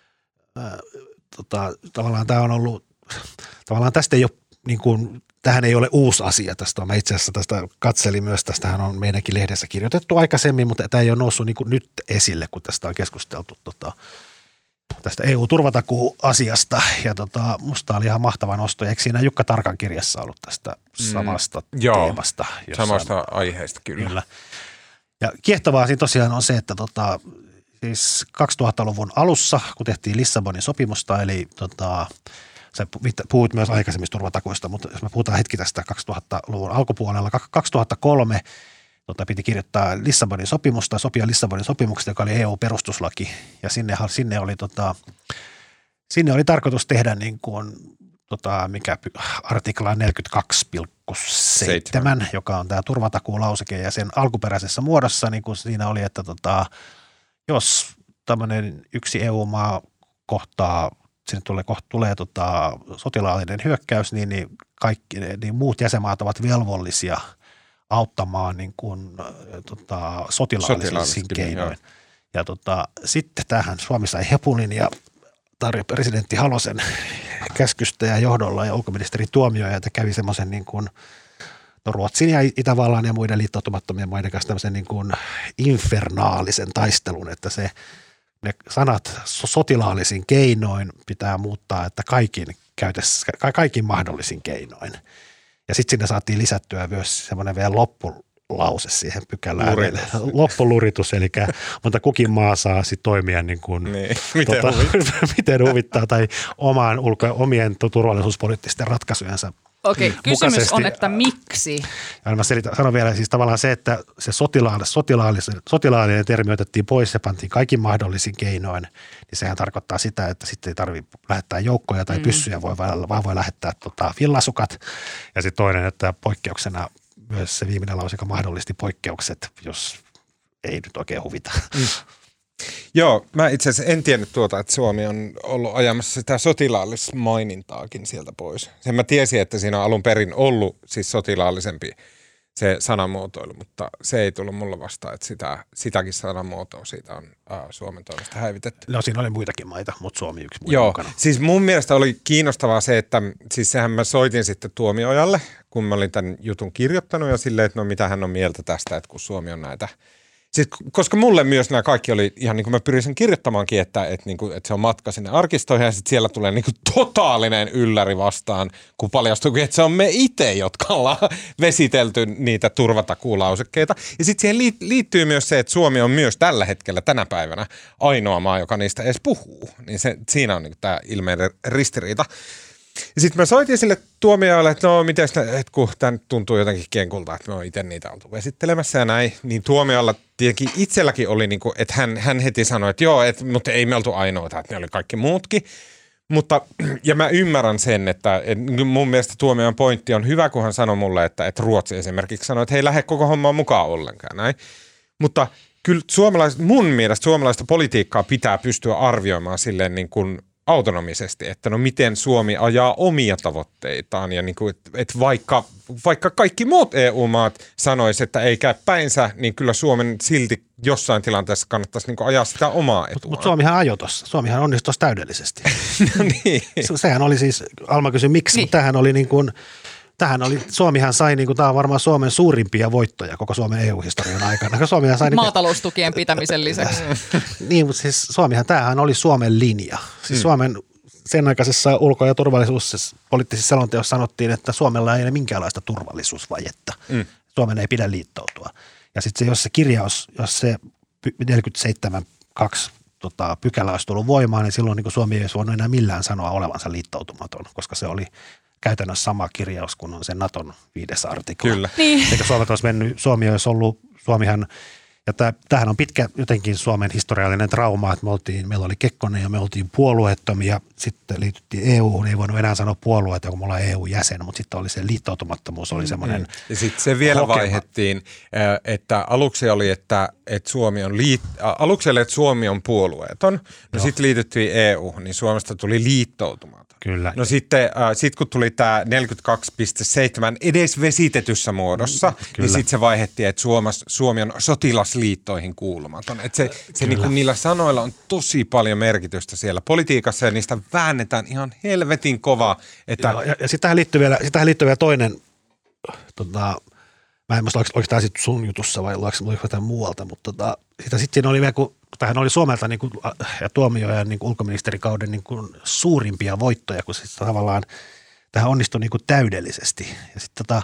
äh, tota, tavallaan tämä on ollut, tavallaan tästä ei ole niin kuin, tähän ei ole uusi asia tästä. Mä itse asiassa tästä katselin myös, tästähän on meidänkin lehdessä kirjoitettu aikaisemmin, mutta tämä ei ole noussut niin kuin nyt esille, kun tästä on keskusteltu tota, tästä E U-turvatakuu-asiasta. Ja tota, musta oli ihan mahtava nosto. Eikö siinä Jukka Tarkan kirjassa ollut tästä samasta mm, teemasta? Joo, samasta aiheesta kyllä. kyllä. Ja kiehtovaa siinä tosiaan on se, että tota, siis kaksituhattaluvun alussa, kun tehtiin Lissabonin sopimusta, eli tota, sä puhuit myös aikaisemmista turvatakuista, mutta jos me puhutaan hetki tästä kaksituhattaluvun alkupuolella, kaksituhattakolme tota, piti kirjoittaa Lissabonin sopimusta, sopia Lissabonin sopimuksesta, joka oli E U-perustuslaki, ja sinne, sinne, oli, tota, sinne oli tarkoitus tehdä niin kuin, tota, mikä artikla neljäkymmentäkaksi pilkku seitsemän, joka on tämä turvatakuulauseke, ja sen alkuperäisessä muodossa niin kuin siinä oli, että tota, jos tämmöinen yksi E U-maa kohtaa sinne tulee, tulee tota, sotilaallinen hyökkäys, niin, niin kaikki niin muut jäsenmaat ovat velvollisia auttamaan niin kuin, tota, sotilaallisin keinoin. Ja tota, sitten tähän Suomi sai hepunin ja Tarja presidentti Halosen käskystä ja johdolla ja ulkoministeri Tuomioja, että kävi semmoisen niin kuin no Ruotsin ja Itävallan ja muiden liittoutumattomien maiden kanssa tämmöisen niin kuin infernaalisen taistelun, että se ne sanat sotilaallisin keinoin pitää muuttaa, että kaikin käytössä, kaikin mahdollisin keinoin. Ja sitten sinne saatiin lisättyä myös semmoinen vielä loppulause siihen pykälään. Luritus. Loppuluritus, eli mutta kukin maa saa sitten toimia niin kuin, niin. Miten, tota, huvittaa. miten huvittaa tai omaan ulko- omien turvallisuuspoliittisten ratkaisujensa. Okei, kysymys mukaisesti on, että miksi? Ja mä selitän, sanon vielä siis tavallaan se, että se sotilaallinen, sotilaallinen, sotilaallinen termi otettiin pois ja pantiin kaikin mahdollisin keinoin, niin sehän tarkoittaa sitä, että sitten ei tarvitse lähettää joukkoja tai mm. pyssyjä, voi vaan, vaan voi lähettää tota, villasukat. Ja sitten toinen, että poikkeuksena myös se viimeinen lause, joka mahdollisti poikkeukset, jos ei nyt oikein huvita. Mm. Joo, mä itse asiassa en tiennyt tuota, että Suomi on ollut ajamassa sitä sotilaallismainintaakin sieltä pois. Sen mä tiesin, että siinä on alun perin ollut siis sotilaallisempi se sanamuotoilu, mutta se ei tullut mulle vastaan, että sitä, sitäkin sanamuotoa siitä on äh, Suomen toimesta häivitetty. No siinä oli muitakin maita, mutta Suomi yksi muita Joo, mukana. Siis mun mielestä oli kiinnostavaa se, että siis sehän mä soitin sitten Tuomiojalle, kun mä olin tämän jutun kirjoittanut ja silleen, että no mitä hän on mieltä tästä, että kun Suomi on näitä. Siis, koska mulle myös nämä kaikki oli ihan niin kuin mä pyrin sen kirjoittamaankin, että, että, että, että se on matka sinne arkistoihin ja sitten siellä tulee niin kuin totaalinen ylläri vastaan, kun paljastuu, että se on me itse, jotka ollaan vesitelty niitä turvatakuulausekkeita. Ja sitten siihen liittyy myös se, että Suomi on myös tällä hetkellä tänä päivänä ainoa maa, joka niistä edes puhuu. Niin se, siinä on niin kuin tämä ilmeinen ristiriita. Ja sitten mä soitin sille Tuomiojalle, että no miten että kun tämä tuntuu jotenkin kenkulta, että me on itse niitä oltu vesittelemässä ja näin, niin Tuomiolla tietenkin itselläkin oli, niin kuin, että hän, hän heti sanoi, että joo, että, mutta ei me oltu ainoita, että ne oli kaikki muutkin. Mutta, ja mä ymmärrän sen, että, että mun mielestä Tuomiojan pointti on hyvä, kun hän sanoi mulle, että, että Ruotsi esimerkiksi sanoi, että he ei lähde koko hommaan mukaan ollenkaan näin. Mutta kyllä suomalaiset, mun mielestä suomalaista politiikkaa pitää pystyä arvioimaan silleen niin kuin autonomisesti, että no miten Suomi ajaa omia tavoitteitaan ja niin kuin, että, että vaikka, vaikka kaikki muut E U-maat sanoisivat, että ei käy päinsä, niin kyllä Suomen silti jossain tilanteessa kannattaisi niin kuin ajaa sitä omaa etua. Mutta mut Suomihan ajoi tuossa. Suomihan onnistui täydellisesti. No niin. Se, sehän oli siis, Alma kysyi miksi, niin. Mutta tämähän oli niin kuin, tähän oli, Suomihan sai, niin kuin, tämä on varmaan Suomen suurimpia voittoja koko Suomen E U-historian aikana. Suomihan sai, maataloustukien pitämisen lisäksi. Niin, mutta siis Suomihan, tämähän oli Suomen linja. Siis mm. Suomen sen aikaisessa ulko- ja turvallisuuspoliittisessa selonteossa sanottiin, että Suomella ei ole minkäänlaista turvallisuusvajetta. Mm. Suomen ei pidä liittoutua. Ja sitten se, jos se kirjaus, jos se neljäkymmentäseitsemän kaksi tota, pykälä olisi tullut voimaan, niin silloin niin Suomi ei olisi voinut enää millään sanoa olevansa liittoutumaton, koska se oli käytännössä sama kirjaus kuin on se Naton viides artikla. Kyllä. Niin. Eikä Suomi olisi mennyt, Suomi olisi ollut, Suomihan, ja tämähän on pitkä jotenkin Suomen historiallinen trauma, että me oltiin, meillä oli Kekkonen ja me oltiin puolueettomia, sitten liityttiin E U-hun, ei voinut enää sanoa puolueita, kun me ollaan E U-jäsen, mutta sitten oli se liittoutumattomuus, oli semmoinen mm. Ja sitten se vielä hokema. Vaihettiin, että aluksi oli, että, että Suomi on liit, aluksi oli, että Suomi on puolueeton, no sitten liityttiin E U-hun, niin Suomesta tuli liittoutumaton. Kyllä. No sitten äh, sit kun tuli tämä neljäkymmentäkaksi pilkku seitsemän edes vesitetyssä muodossa, mm, niin sitten se vaihettiin, että Suomas, Suomi on sotilasliittoihin kuulumaton. Että se, se niinku, niillä sanoilla on tosi paljon merkitystä siellä politiikassa ja niistä väännetään ihan helvetin kovaa. Että ja, ja, ja sitten tähän liittyy vielä, tähän liittyy vielä toinen, tota, mä en muista, oliko, oliko tämä sitten sun jutussa vai oliko, oliko jotain muualta, mutta tota, sitten sit siinä oli vielä, kun tämähän oli Suomelta niin kuin, ja Tuomiojan niin kuin ulkoministerikauden niin kuin suurimpia voittoja, kun siis tavallaan tähän onnistui niin kuin täydellisesti. Ja sitten tota,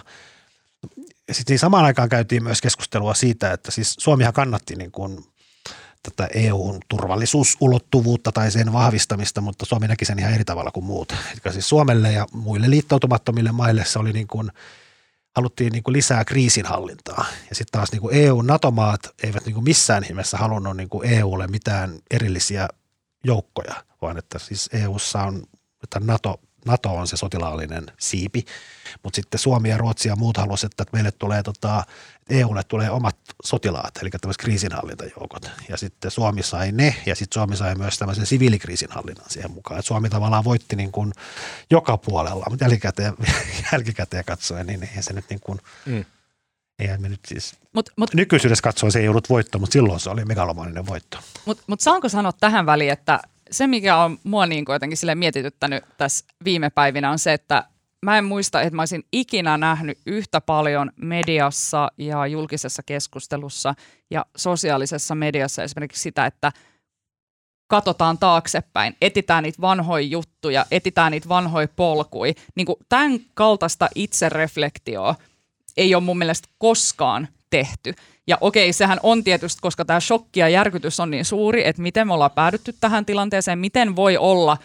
sit samaan aikaan käytiin myös keskustelua siitä, että siis Suomihan kannatti niin kuin tätä E U:n turvallisuusulottuvuutta tai sen vahvistamista, mutta Suomi näki sen ihan eri tavalla kuin muut. Eli siis Suomelle ja muille liittoutumattomille maille se oli niin kuin haluttiin niin kuin lisää kriisinhallintaa. Ja sitten taas niin kuin E U-NATO-maat eivät niin kuin missään nimessä halunnut niin kuin E U:lle mitään erillisiä joukkoja, vaan että siis E U:ssa on, että NATO, NATO on se sotilaallinen siipi, mutta sitten Suomi ja Ruotsi ja muut halusivat, että meille tulee, tota, E U:lle tulee omat sotilaat, eli tämmöiset kriisinhallintajoukot. Ja sitten Suomi sai ne, ja sitten Suomi sai myös tämmöisen siviilikriisinhallinnan siihen mukaan. Et Suomi tavallaan voitti niin kuin joka puolella, mutta jälkikäteen, jälkikäteen katsoen, niin eihän se nyt niin kuin, mm. eihän me nyt siis, Mut, mut, nykyisyydessä katsoen se ei ollut voitto, mutta silloin se oli megalomaaninen voitto. Mutta mut saanko sanoa tähän väliin, että se mikä on mua niin jotenkin sille mietityttänyt tässä viime päivinä on se, että mä en muista, että mä olisin ikinä nähnyt yhtä paljon mediassa ja julkisessa keskustelussa ja sosiaalisessa mediassa esimerkiksi sitä, että katsotaan taaksepäin, etitään niitä vanhoja juttuja, etitään niitä vanhoja polkuja. Niin kuin tämän kaltaista itsereflektioa ei ole mun mielestä koskaan tehty. Ja okei, sehän on tietysti, koska tämä shokki ja järkytys on niin suuri, että miten me ollaan päädytty tähän tilanteeseen, miten voi olla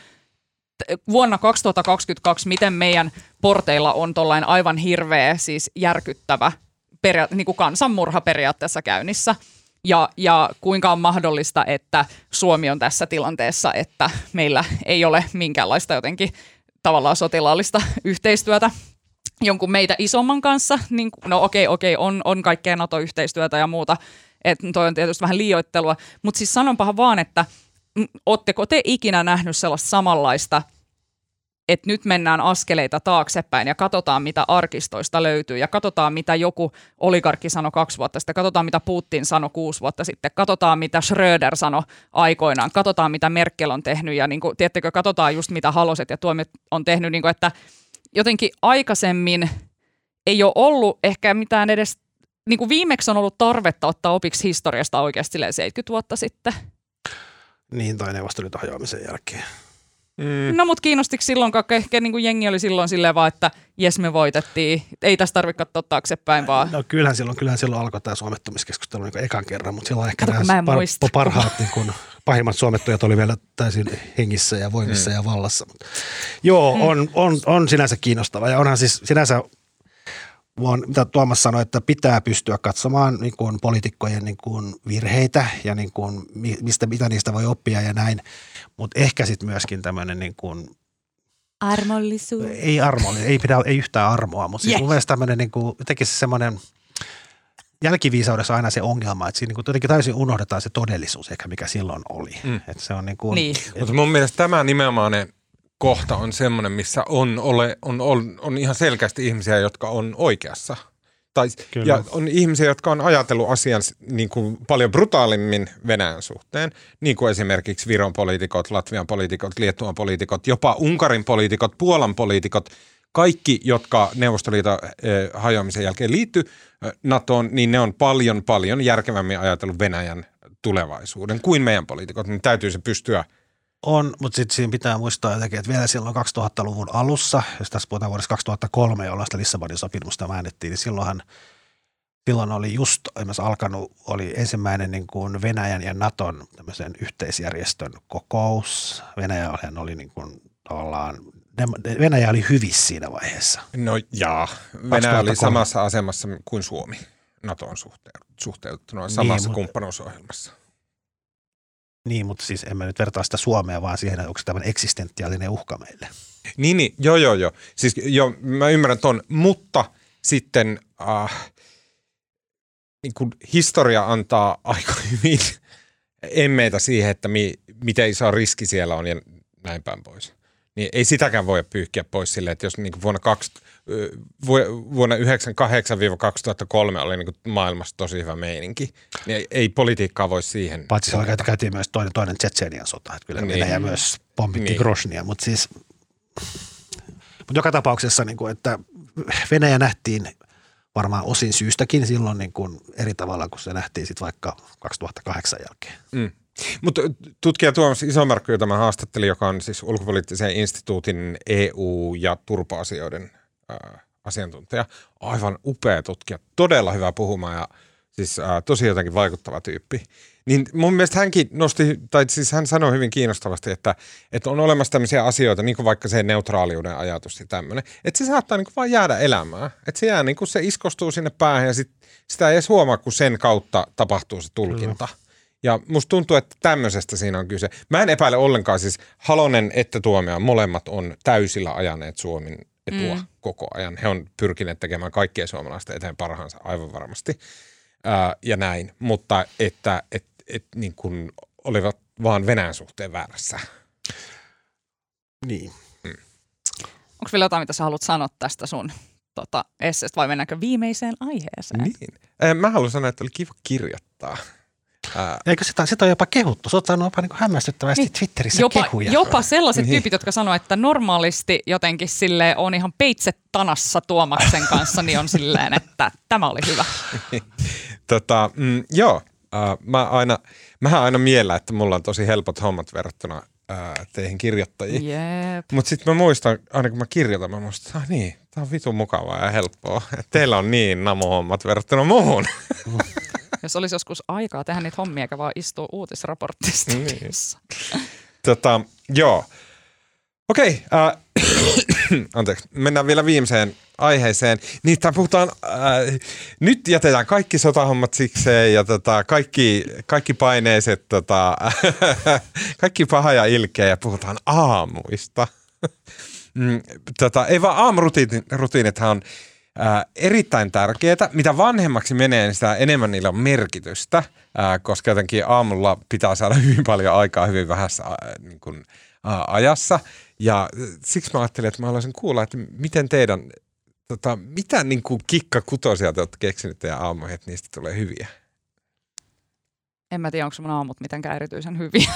vuonna kaksituhattakaksikymmentäkaksi, miten meidän porteilla on tollain aivan hirveä, siis järkyttävä peria- niin kuin kansanmurha periaatteessa käynnissä. Ja, ja kuinka on mahdollista, että Suomi on tässä tilanteessa, että meillä ei ole minkäänlaista jotenkin tavallaan sotilaallista yhteistyötä jonkun meitä isomman kanssa. Niin, no okei, okei, on, on kaikkea NATO-yhteistyötä ja muuta, että toi on tietysti vähän liioittelua. Mutta siis sanonpahan vaan, että ootteko te ikinä nähnyt sellaista samanlaista, että nyt mennään askeleita taaksepäin ja katsotaan, mitä arkistoista löytyy ja katsotaan, mitä joku oligarkki sanoi kaksi vuotta sitten, katsotaan, mitä Putin sanoi kuusi vuotta sitten, katsotaan, mitä Schröder sanoi aikoinaan, katsotaan, mitä Merkel on tehnyt ja niin kuin, tiedättekö, katsotaan just, mitä Haloset ja Tuomiot on tehnyt, niin kuin, että jotenkin aikaisemmin ei ole ollut ehkä mitään edes, niin kuin viimeksi on ollut tarvetta ottaa opiksi historiasta oikeasti seitsemänkymmentä vuotta sitten. Niin, tai Neuvostoliiton hajoamisen jälkeen. Mm. No mut kiinnostiko silloin, kun ehkä niin kuin jengi oli silloin silleen vaan, että jes me voitettiin, ei tästä tarvitse katsoa taaksepäin vaan. No kyllähän silloin, kyllähän silloin alkoi tämä suomettumiskeskustelu niin ekan kerran, mutta silloin ehkä Kato, nämä par- parhaat niin kuin, pahimmat suomettajat oli vielä täysin hengissä ja voimissa mm. ja vallassa. Joo, mm. on, on, on sinänsä kiinnostava ja onhan siis sinänsä, mitä Tuomas sanoi, että pitää pystyä katsomaan niin kuin poliitikkojen niin kuin virheitä ja niin kuin, mistä, mitä niistä voi oppia ja näin, mutta ehkä sitten myöskin tämmöinen niin kuin armollisuus. Ei armollinen, ei pidä, ei yhtään armoa, mutta siis yes. mun mielestä tämmöinen niin kuin, jotenkin se semmoinen jälkiviisaudessa aina se ongelma, että siinä niin kuin jotenkin täysin unohdetaan se todellisuus ehkä mikä silloin oli. Mm. Että se on niin kuin, niin. Et, mutta mun mielestä tämä nimenomainen kohta on semmoinen, missä on, ole, on, on, on ihan selkeästi ihmisiä, jotka on oikeassa. Tai, ja on ihmisiä, jotka on ajatellut asian niin kuin paljon brutaalimmin Venäjän suhteen, niin kuin esimerkiksi Viron poliitikot, Latvian poliitikot, Liettuan poliitikot, jopa Unkarin poliitikot, Puolan poliitikot, kaikki, jotka Neuvostoliiton eh, hajoamisen jälkeen liittyi eh, NATOon, niin ne on paljon, paljon järkevämmin ajatellut Venäjän tulevaisuuden kuin meidän poliitikot, niin täytyy se pystyä. On, mutta sitten siinä pitää muistaa jotenkin, että vielä silloin kaksituhattaluvun alussa, jos tässä puhutaan vuodesta kaksituhattakolme, jolloin sitä Lissabonin sopimusta väännettiin, niin silloinhan silloin oli just alkanut, oli ensimmäinen niin kuin Venäjän ja Naton tämmöisen yhteisjärjestön kokous. Venäjä oli niin kuin tavallaan, Venäjä oli hyvissä siinä vaiheessa. No jaa, Venäjä oli samassa asemassa kuin Suomi Naton suhteutettuna, samassa niin, kumppanuusohjelmassa. Niin, mutta siis emme nyt vertaa sitä Suomea, vaan siihen, onko se tämmöinen eksistentiaalinen uhka meille. Niin, niin joo, joo, joo. Siis joo, mä ymmärrän ton, mutta sitten äh, niin kuin historia antaa aika hyvin emmeitä siihen, että mi, miten iso riski siellä on ja näin päin pois. Niin ei sitäkään voi pyyhkiä pois silleen, että jos niin kuin vuonna, kaksi, vuonna yhdeksänkymmentäkahdeksan kaksituhattakolme oli niin kuin maailmassa tosi hyvä meininki, niin ei, ei politiikkaa voi siihen. Paitsi siellä käytiin myös toinen, toinen Tšetšenian sota, että kyllä niin. Venäjä myös pompitti niin. Groznia, mutta siis mutta joka tapauksessa, niin kuin, että Venäjä nähtiin varmaan osin syystäkin silloin niin kuin eri tavalla, kun se nähtiin sitten vaikka kaksituhattakahdeksan jälkeen. Mm. Mutta tutkija Tuomas Isomarkku, jota mä haastattelin, joka on siis ulkopoliittisen instituutin E U- ja turpa-asioiden ää, asiantuntija, aivan upea tutkija, todella hyvä puhumaan ja siis ää, tosi jotenkin vaikuttava tyyppi. Niin mun mielestä hänkin nosti, tai siis hän sanoi hyvin kiinnostavasti, että, että on olemassa tämmöisiä asioita, niin kuin vaikka se neutraaliuden ajatus ja tämmöinen, että se saattaa niin kuin vaan jäädä elämään. Että se jää niin kuin se iskostuu sinne päähän ja sit, sitä ei edes huomaa, kun sen kautta tapahtuu se tulkinta. Mm. Ja musta tuntuu, että tämmöisestä siinä on kyse. Mä en epäile ollenkaan, siis Halonen että Tuomioja, molemmat on täysillä ajaneet Suomen etua mm. koko ajan. He on pyrkineet tekemään kaikkien suomalaisten eteen parhaansa aivan varmasti ää, ja näin, mutta että et, et, niin kuin olivat vaan Venäjän suhteen väärässä. Niin. Mm. Onko vielä jotain, mitä sä haluat sanoa tästä sun tota, esseestä vai mennäänkö viimeiseen aiheeseen? Niin. Mä haluan sanoa, että oli kiva kirjoittaa. Ää. Eikö sitä, sitä on jopa kehuttu? Se on saanut jopa niin kuin hämmästyttävästi niin. Twitterissä jopa, kehuja. Jopa sellaiset niin. tyypit, jotka sanoo, että normaalisti jotenkin silleen on ihan peitset tanassa Tuomaksen kanssa, niin on silleen, että tämä oli hyvä. tota, mm, joo, äh, mä aina, mähän aina miellä, että mulla on tosi helpot hommat verrattuna äh, teihin kirjoittajiin. Jep. Mutta sitten mä muistan, aina kun mä kirjoitan, mä muistan, että ah, niin, tää on vitun mukavaa ja helppoa. Teillä on niin namo-hommat verrattuna muuhun. Jos olisi joskus aikaa tehdä niitä hommia, eikä vaan istua uutisraporttista. Niin. tota, joo. Okei, okay, äh, anteeksi. Mennään vielä viimeiseen aiheeseen. Niitä puhutaan, äh, nyt jätetään kaikki sotahommat sikseen ja tota, kaikki, kaikki paineiset, tota, kaikki paha ja ilkeä ja puhutaan aamuista. mm, tota, ei vaan aamurutiinithan on Äh, erittäin tärkeää. Mitä vanhemmaksi menee, niin sitä enemmän niillä on merkitystä, äh, koska jotenkin aamulla pitää saada hyvin paljon aikaa hyvin vähässä äh, niin kuin, äh, ajassa. Ja siksi mä ajattelin, että mä haluaisin kuulla, että miten teidän, tota, mitä niin kuin kikkakutosia te olette keksinyt teidän aamuihin, että niistä tulee hyviä? En mä tiedä, onko mun aamut mitenkään erityisen hyviä.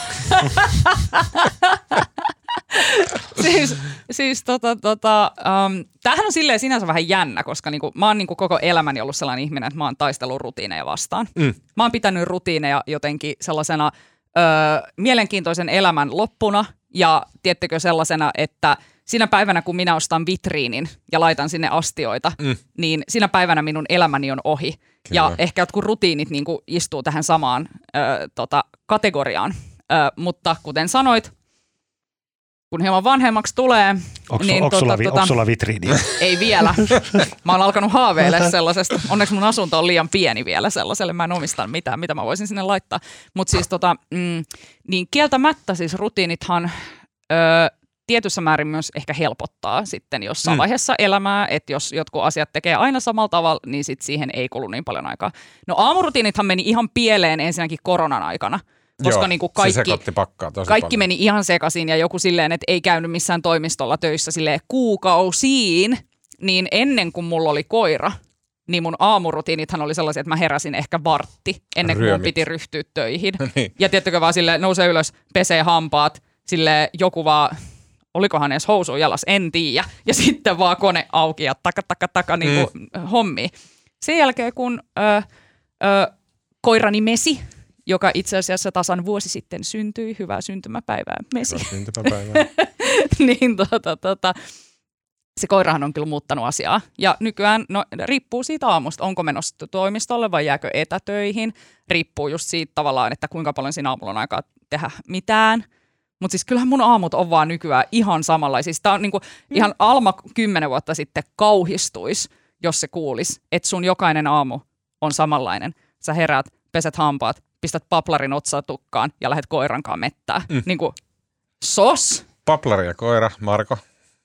siis siis tota, tota, um, tämähän on silleen sinänsä vähän jännä, koska niinku, mä oon niinku koko elämäni ollut sellainen ihminen, että mä oon taistellut rutiineja vastaan. Mm. Mä oon pitänyt rutiineja jotenkin sellaisena ö, mielenkiintoisen elämän loppuna ja tiettekö sellaisena, että siinä päivänä, kun minä ostan vitriinin ja laitan sinne astioita, mm. niin siinä päivänä minun elämäni on ohi. Kyllä. Ja ehkä jotkut rutiinit niin kuin istuu tähän samaan ö, tota, kategoriaan. Ö, mutta kuten sanoit, kun hieman vanhemmaksi tulee, onko, niin... Onko tota, sulla, tota, sulla vitriini? Ei vielä. Mä oon alkanut haaveilla sellaisesta. Onneksi mun asunto on liian pieni vielä sellaiselle. Mä en omista mitään, mitä mä voisin sinne laittaa. Mutta siis tota, mm, niin kieltämättä siis rutiinithan ö, tietyssä määrin myös ehkä helpottaa sitten jossain mm. vaiheessa elämää. Että jos jotkut asiat tekee aina samalla tavalla, niin sit siihen ei kulu niin paljon aikaa. No aamurutiinithan meni ihan pieleen ensinnäkin koronan aikana. Koska Joo, niin kuin kaikki, se sekoitti pakkaa tosi kaikki paljon. meni ihan sekaisin ja joku silleen, että ei käynyt missään toimistolla töissä silleen kuukausiin, niin ennen kuin mulla oli koira, niin mun aamurutiinithan oli sellaisia, että mä heräsin ehkä vartti ennen kuin mun piti ryhtyä töihin. niin. Ja tiettykö vaan silleen nousee ylös, pesee hampaat, silleen joku vaan, olikohan edes housuun jalas, en tiedä. Ja sitten vaan kone auki ja taka taka taka niin kuin mm. hommi. Sen jälkeen kun ö, ö, koirani Mesi, joka itse asiassa tasan vuosi sitten syntyi. Hyvää syntymäpäivää, Mesi. Hyvää syntymäpäivää. niin tota, tota, se koirahan on kyllä muuttanut asiaa. Ja nykyään no, riippuu siitä aamusta, onko menossa toimistolle vai jääkö etätöihin. Riippuu just siitä tavallaan, että kuinka paljon siinä aamulla on aikaa tehdä mitään. Mutta siis kyllähän mun aamut on vaan nykyään ihan samanlaisia. Siis tää on niinku, mm. ihan Alma kymmenen vuotta sitten kauhistuisi, jos se kuulisi, että sun jokainen aamu on samanlainen. Sä heräät, peset hampaat, pistät paplarin otsaa tukkaan ja lähdet koirankaan mettää. Mm. Niin kuin sos. Paplari ja koira, Marko.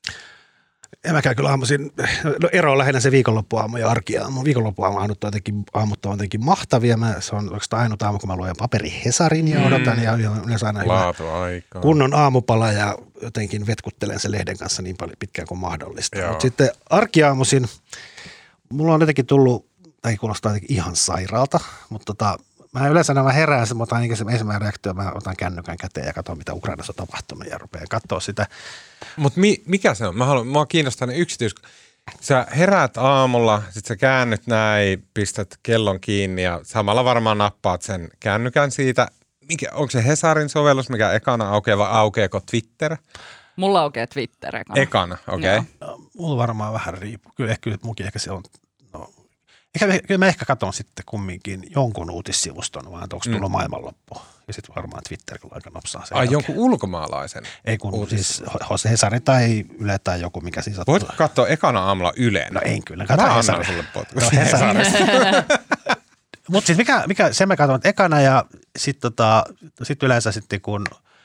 En mäkään kyllä aamuisin, no ero on lähinnä se viikonloppuaamu ja arkiaamu. Viikonloppuaamu aamut on jotenkin, aamut on jotenkin mahtavia. Mä, se on oikeastaan ainut aamu, kun mä luen paperi Hesarin ja odotan. Mm. Ja yleensä aina laatuaikaa. Kunnon aamupala ja jotenkin vetkuttelen sen lehden kanssa niin paljon pitkään kuin mahdollista. Mutta sitten arkiaamuisin, mulla on jotenkin tullut, tai kuulostaa jotenkin ihan sairaalta, mutta tota, mä yleensä mä herään, mä otan ensimmäinen reaktio, mä otan kännykän käteen ja katson, mitä Ukrainassa on tapahtunut ja rupean katsoa sitä. Mutta mi, mikä se on? Mä haluan, mua kiinnostaa ne yksityis... Sä heräät aamulla, sit sä käännyt näin, pistät kellon kiinni ja samalla varmaan nappaat sen kännykän siitä. Mikä, onko se Hesarin sovellus, mikä ekana aukeaa vai aukeako Twitter? Mulla aukeaa Twitter ekana. Ekana, okei. Okay. No, mulla varmaan vähän riippuu. Kyllä, kyllä munkin ehkä se on... No. Ehkä, kyllä mä ehkä katson sitten kumminkin jonkun uutissivuston, vaan onko tullut mm. maailmanloppu. Ja sitten varmaan Twitter kyllä aika nopsaa sen. Ai jälkeen. Jonkun ulkomaalaisen? Ei kun siis Hesari tai Yle tai joku, mikä siis sattuu. Voitko katsoa ekana aamulla Yleen? No en kyllä. Mä annan sulle potkut. No Hesarista. Mutta siis mikä, mikä, sen mä katson ekana ja sitten tota, sit yleensä sitten kun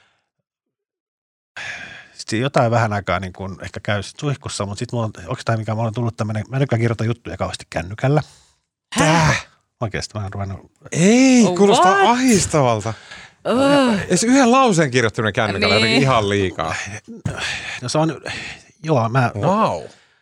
sit jotain vähän aikaa niin kun ehkä käy sit suihkussa, mutta sitten mulla on oikeastaan mikä mulla on tullut tämmöinen, mä nykyään kirjoitan juttuja kauheasti kännykällä. Täh? Oikeasti mä oon ruvennut. Ei, oh, kuulostaa what? ahistavalta. Uh. Edes yhden lauseen kirjoittaminen kännykällä niin. jotenkin ihan liikaa. No se on, joo mä. Wow.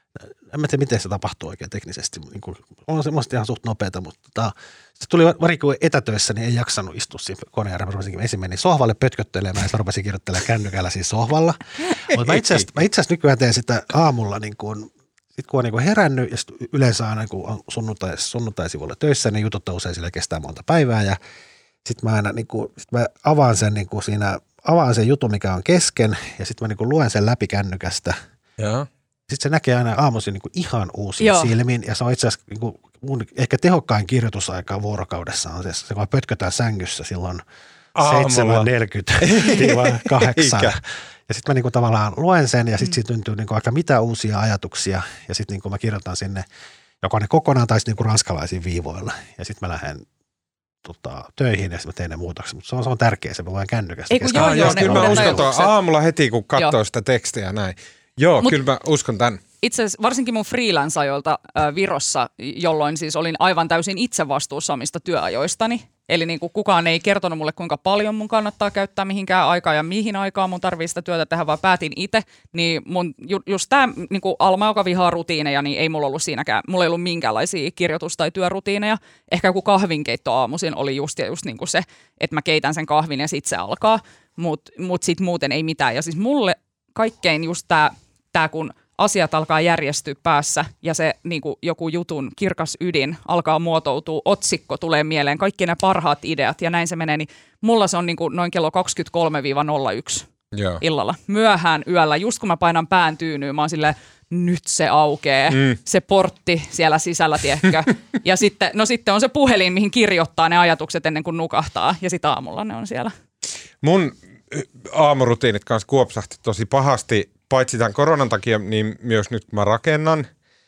en mä tiedä, miten se tapahtuu oikein teknisesti. Niin kuin, on semmoista ihan suht nopeata, mutta tota, se tuli varsinkin etätöissä, niin ei jaksanut istua siinä koneen ääressä. Mä rupesin ensin menin sohvalle pötköttelemään ja sitten rupesin kirjoittelemaan kännykällä siinä sohvalla. Mutta mä itse asiassa nykyään teen sitä aamulla, niin kuin, sit kun on niin kuin herännyt ja yleensä aina kun on sunnuntai, sunnuntaisivulla töissä, niin jutut usein sillä kestää monta päivää ja sitten mä aina niin kuin, sit mä avaan sen niin kuin siinä, avaan sen jutun, mikä on kesken ja sitten mä niin kuin luen sen läpi kännykästä. Joo. Sitten se näkee aina aamuisin niin kuin ihan uusia silmin ja se on itse asiassa niin kuin mun ehkä tehokkain kirjoitusaika vuorokaudessa on se, se kun pötkötään sängyssä silloin seitsemän neljäkymmentä kahdeksan. Ja sitten mä niinku tavallaan luen sen ja sitten mm. siitä syntyy niinku aika mitä uusia ajatuksia ja sitten niinku mä kirjoitan sinne joko ne kokonaan tai niinku ranskalaisiin viivoilla ja sitten mä lähden tota, töihin ja sitten mä teen ne muutokset. Mutta se on, se on tärkeä, se mä luen kännykästä. Ei, joo, joo, kyllä mä uskon tuon aamulla heti, kun katsoo sitä tekstiä näin. Joo, Mut, kyllä mä uskon tämän. Itse asiassa varsinkin mun freelance-ajoilta äh, Virossa, jolloin siis olin aivan täysin itse vastuussa omista työajoistani. Eli niin kuin kukaan ei kertonut mulle, kuinka paljon mun kannattaa käyttää mihinkään aikaa ja mihin aikaan mun tarvii sitä työtä tehdä, vaan päätin itse. Niin mun, ju, just tämä niin kuin Alma, joka vihaa rutiineja, niin ei mulla ollut siinäkään, mulla ei ollut minkäänlaisia kirjoitus- tai työrutiineja. Ehkä joku kahvinkeitto aamuisin oli just ja just niin kuin se, että mä keitän sen kahvin ja sit se alkaa, mutta mut sit muuten ei mitään. Ja siis mulle kaikkein just tämä, tää kun asiat alkaa järjestyä päässä ja se niin kuin joku jutun kirkas ydin alkaa muotoutua, otsikko tulee mieleen, kaikki ne parhaat ideat ja näin se menee, niin mulla se on niin kuin noin kello kaksikymmentäkolme nolla yksi Joo. illalla, myöhään yöllä, just kun mä painan pään tyynyyn, mä oon silleen, nyt se aukee, mm. se portti siellä sisällä, tiedätkö, ja sitten, no sitten on se puhelin, mihin kirjoittaa ne ajatukset ennen kuin nukahtaa ja sitten aamulla ne on siellä. Mun aamurutiinit kanssa kuopsahti tosi pahasti, paitsi tämän koronan takia, niin myös nyt kun mä rakennan.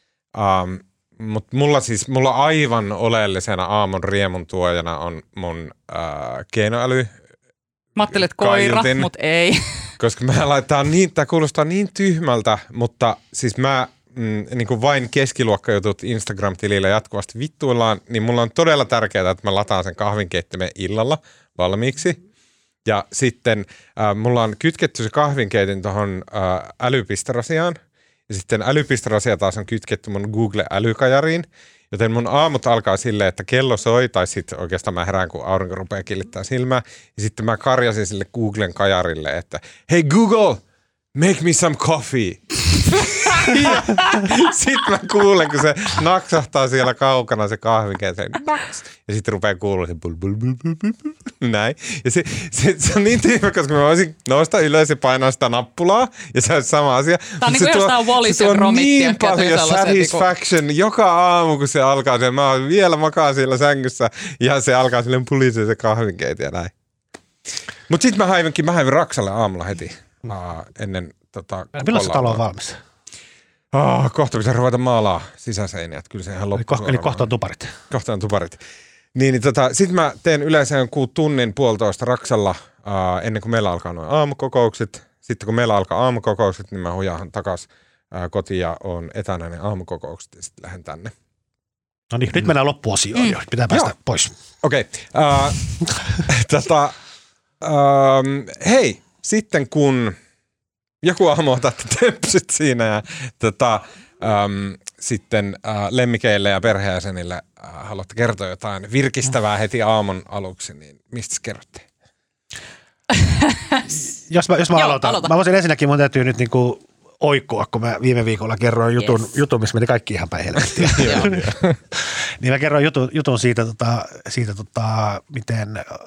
Um, Mutta mulla siis, mulla aivan oleellisena aamun riemun tuojana on mun uh, keinoäly. Mä ajattelin, että koira, mutta ei. Koska mä laitetaan niin, tää kuulostaa niin tyhmältä, mutta siis mä mm, niin kuin vain keskiluokkajutut Instagram-tilillä jatkuvasti vittuillaan, niin mulla on todella tärkeää, että mä lataan sen kahvinkeittimen illalla valmiiksi. Ja sitten äh, mulla on kytketty se kahvinkeitin tuohon äh, älypistorasiaan. Ja sitten älypistorasia taas on kytketty mun Google-älykajariin. Joten mun aamut alkaa silleen, että kello soi, tai sitten oikeastaan mä herään, kun aurinko rupeaa killittää silmää. Ja sitten mä karjasin sille Googlen kajarille, että hei Google, make me some coffee. Sitten mä kuulen, kun se naksahtaa siellä kaukana se kahvinkeitto. Ja sitten rupeaa kuulua se bul, bul, bul, bul, bul, näin. Ja se, se, se on niin tyhmä, koska mä voisin nousta ylös ja painaa sitä nappulaa. Ja se on sama asia. Tämä on niin kuin jostain Wallis ja Gromit. niin paljon satisfaction niin joka aamu, kun se alkaa. Se, mä vielä makaan siellä sängyssä ja se alkaa silleen pulisee se kahvinkeitto ja näin. Mutta sitten mä häivänkin, mä häivän Raksalle aamulla heti uh, ennen tota... Milloin se talo on valmis? Oh, kohta pitää ruveta maalaa sisäseiniä, että kyllä se ihan loppuu. Eli, eli kohta on tuparit. Kohta on tuparit. Niin, niin tota, sitten mä teen yleensä jonkun tunnin puolitoista Raksalla uh, ennen kuin meillä alkaa nuo aamukokoukset. Sitten kun meillä alkaa aamukokoukset, niin mä hujahan takaisin uh, kotiin ja on etänä ne aamukokoukset ja sitten lähden tänne. No niin, nyt mennään loppuosioon jo. Pitää päästä Joo. pois. Okei. Okay. Uh, tota, uh, hei, sitten kun... Joku aamu otatte tömpsyt siinä ja tota, äm, sitten äh, lemmikeille ja perheenjäsenille äh, haluatte kertoa jotain virkistävää heti aamun aluksi, niin mistä kerrotte? jos mä, jos mä Joo, aloitan. Aloita. Mä voisin ensinnäkin, mun täytyy nyt niinku oikkoa, kun mä viime viikolla kerroin jutun, yes. jutun missä meni kaikki ihan päin helvettiä. Niin mä kerroin jutun, jutun siitä, tota, siitä tota, miten...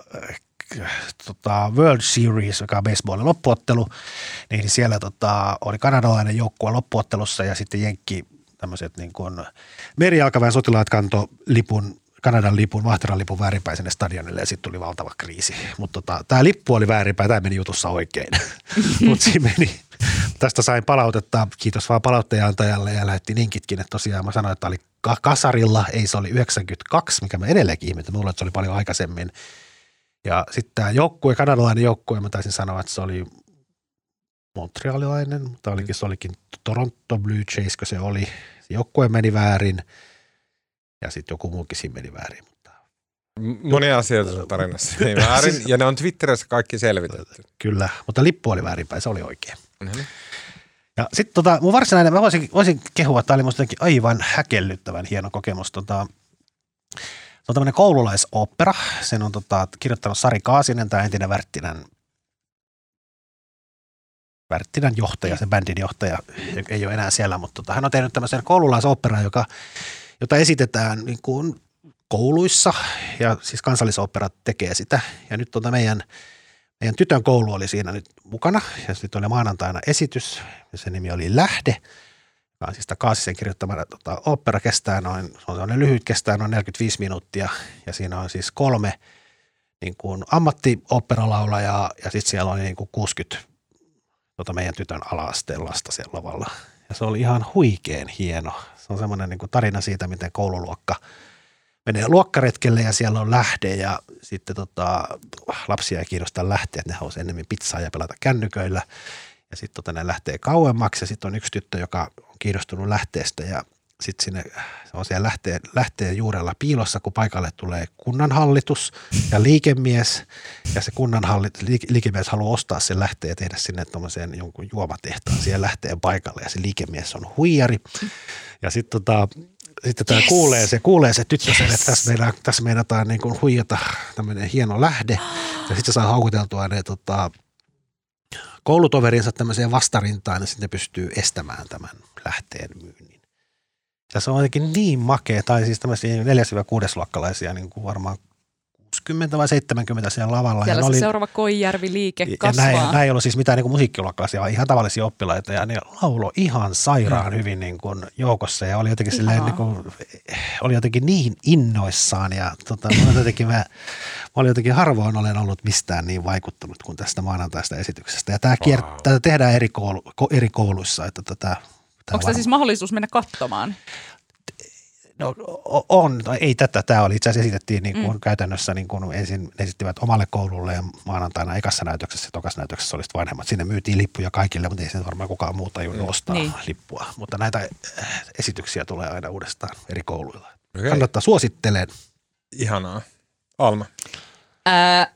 Tota World Series, joka on baseballin loppuottelu, niin siellä tota, oli kanadalainen joukkue loppuottelussa ja sitten jenkki tämmöiset niin kuin merijalkaväen sotilaat kantoi lipun, Kanadan lipun, Vahteran lipun väärinpäin sinne stadionille ja sitten tuli valtava kriisi. Mutta tota, tämä lippu oli väärinpäin, tämä meni jutussa oikein, mutta siinä meni. Tästä sain palautetta, kiitos vaan palauttajantajalle ja lähetti linkitkin, että tosiaan mä sanoin, että oli kasarilla, ei se oli yhdeksänkymmentäkaksi, mikä mä edelleenkin ihmettä, mulla että se oli paljon aikaisemmin. Ja sitten tämä joukkue, kanadalainen joukkue, mä taisin sanoa, että se oli montrealilainen, mutta olikin, se olikin Toronto Blue Jays, kun se oli. Se joukkue meni väärin ja sitten joku muukin siinä meni väärin. Mutta... Monia asioita tarinassa meni väärin ja ne on Twitterissä kaikki selvitetty. Kyllä, mutta lippu oli väärinpäin, se oli oikein. Mm-hmm. Ja sitten tota, mun varsinainen, mä voisin, voisin kehua, että tämä oli musta jotenkin aivan häkellyttävän hieno kokemus. Tota, se on tämmöinen koululaisopera. Sen on tota, kirjoittanut Sari Kaasinen, tämä entinen Wärttinän, Wärttinän johtaja, se bändin johtaja, ei ole enää siellä, mutta tota, hän on tehnyt tämmöisen koululaisoperan, joka, jota esitetään niin kuin kouluissa, ja siis Kansallisopera tekee sitä. Ja nyt tota meidän, meidän tytön koulu oli siinä nyt mukana, ja sitten oli maanantaina esitys, ja sen nimi oli Lähde. Tämä on siis Kaasisen kirjoittamana tota, opera kestää noin, se on sellainen lyhyt, kestää noin neljäkymmentäviisi minuuttia, ja siinä on siis kolme niin kuin ammattioopperalaulajaa, ja sitten siellä on niin kuin kuusikymmentä tota meidän tytön ala-asteen lasta siellä lavalla. Ja se oli ihan huikean hieno. Se on semmoinen niin kuin tarina siitä, miten koululuokka menee luokkaretkelle ja siellä on Lähde ja sitten tota, lapsia ei kiinnosta lähteä, että ne haluaisi enemmän pizzaa ja pelata kännyköillä. Ja sitten tota, ne lähtee kauemmaksi ja sitten on yksi tyttö, joka on kiinnostunut lähteestä ja sitten sinne se on siellä lähteen, lähteen juurella piilossa, kun paikalle tulee kunnanhallitus ja liikemies ja se kunnanhallitus, liikemies haluaa ostaa sen lähteen ja tehdä sinne tuommoiseen jonkun juomatehtaan siihen lähteen paikalle ja se liikemies on huijari ja sitten tota, sitten tämä yes. kuulee se, kuulee se tyttö sen, yes. että tässä, meidän, tässä meinataan niin kuin huijata tämmöinen hieno lähde ja sitten saa haukuteltua ne tota, koulutoverinsa tämmöiseen vastarintaan ja sitten pystyy estämään tämän lähteen myynnin. Ja se on jotenkin niin makea, tai siis tämmöisiä neljäs-kuudesluokkalaisia niin kuin varmaan kuusikymmentä vai seitsemänkymmentä siellä lavalla. Siellä ja se oli, seuraava Koijärvi-liike ja kasvaa. Näin, näin ei ollut siis mitään niin kuin musiikkiluokkalaisia, vaan ihan tavallisia oppilaita, ja ne laulo ihan sairaan hmm. hyvin niin kuin joukossa, ja oli jotenkin, silleen, niin kuin, oli jotenkin niin innoissaan, ja tota, mä, jotenkin, mä, mä olin jotenkin harvoin olen ollut mistään niin vaikuttunut kuin tästä maanantaista esityksestä. Ja tämä wow. kiert, tätä tehdään eri, koulu, eri kouluissa, että tätä onko tämä siis mahdollisuus mennä katsomaan? No on, ei tätä. Tämä oli itse asiassa esitettiin niin kuin mm. käytännössä niin kuin ensin esittivät omalle koululle ja maanantaina ekassa näytöksessä ja tokassa näytöksessä oli vanhemmat. Sinne myytiin lippuja kaikille, mutta ei sen varmaan kukaan muuta ei mm. ostaa niin. lippua. Mutta näitä esityksiä tulee aina uudestaan eri kouluilla. Okay. Kannattaa, suosittelen. Ihanaa. Alma. Ää,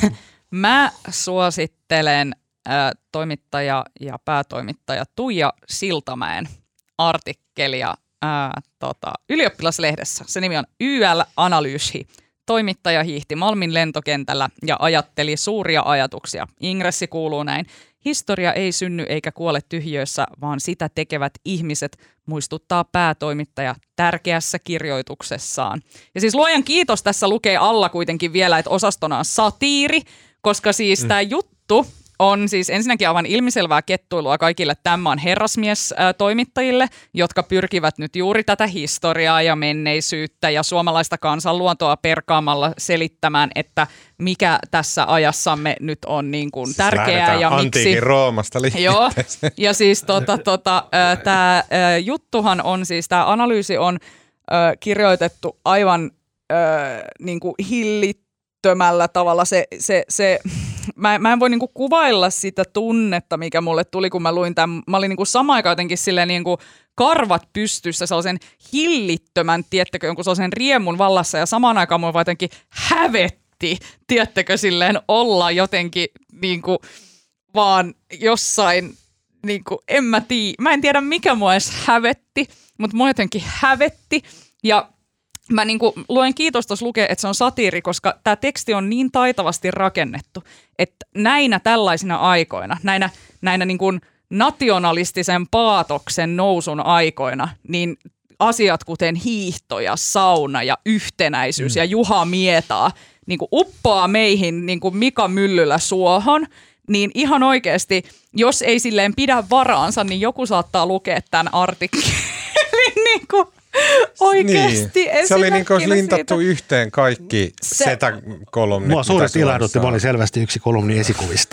mä suosittelen ää, toimittaja ja päätoimittaja Tuija Siltamäen artikkelia ää, tota, Ylioppilaslehdessä. Se nimi on Y L-analyysi. Toimittaja hiihti Malmin lentokentällä ja ajatteli suuria ajatuksia. Ingressi kuuluu näin. Historia ei synny eikä kuole tyhjössä, vaan sitä tekevät ihmiset, muistuttaa päätoimittaja tärkeässä kirjoituksessaan. Ja siis luojan kiitos tässä lukee alla kuitenkin vielä, että osastona on satiiri, koska siis mm. tämä juttu on siis ensinnäkin aivan ilmiselvää kettuilua kaikille tämä on herrasmies-toimittajille, jotka pyrkivät nyt juuri tätä historiaa ja menneisyyttä ja suomalaista kansanluontoa perkaamalla selittämään, että mikä tässä ajassamme nyt on niin kuin tärkeää siis ja miksi. Antiikin Roomasta liitteeseen. Joo, ja siis tota, tota, tämä juttuhan on siis, tämä analyysi on ö, kirjoitettu aivan ö, niin kuin hillittömällä tavalla. Se, se, se, mä, mä en voi niin kuin kuvailla sitä tunnetta, mikä mulle tuli, kun mä luin tämän. Mä olin niin kuin sama aika jotenkin silleen niin kuin karvat pystyssä, sellaisen hillittömän, tiettäkö, jonkun sellaisen riemun vallassa ja samaan aikaan mua vaan jotenkin hävetti, tiettäkö, silleen olla jotenkin niin kuin vaan jossain, niin kuin, en mä tiedä, mä en tiedä mikä mua edes hävetti, mutta mua jotenkin hävetti ja mä niin kuin luen kiitos tuossa lukee, että se on satiiri, koska tämä teksti on niin taitavasti rakennettu, että näinä tällaisina aikoina, näinä, näinä niin kuin nationalistisen paatoksen nousun aikoina, niin asiat kuten hiihto ja sauna ja yhtenäisyys mm. ja Juha Mietaa niin kuin uppoaa meihin niin kuin Mika Myllylä suohon, niin ihan oikeasti, jos ei silleen pidä varaansa, niin joku saattaa lukea tämän artikkelin niin kuin oikeasti niin. Se oli niin kuin lintattu siitä yhteen kaikki se, setä-kolumnit. Mua suuresti ilahdutti, mä olin selvästi yksi kolumni esikuvista.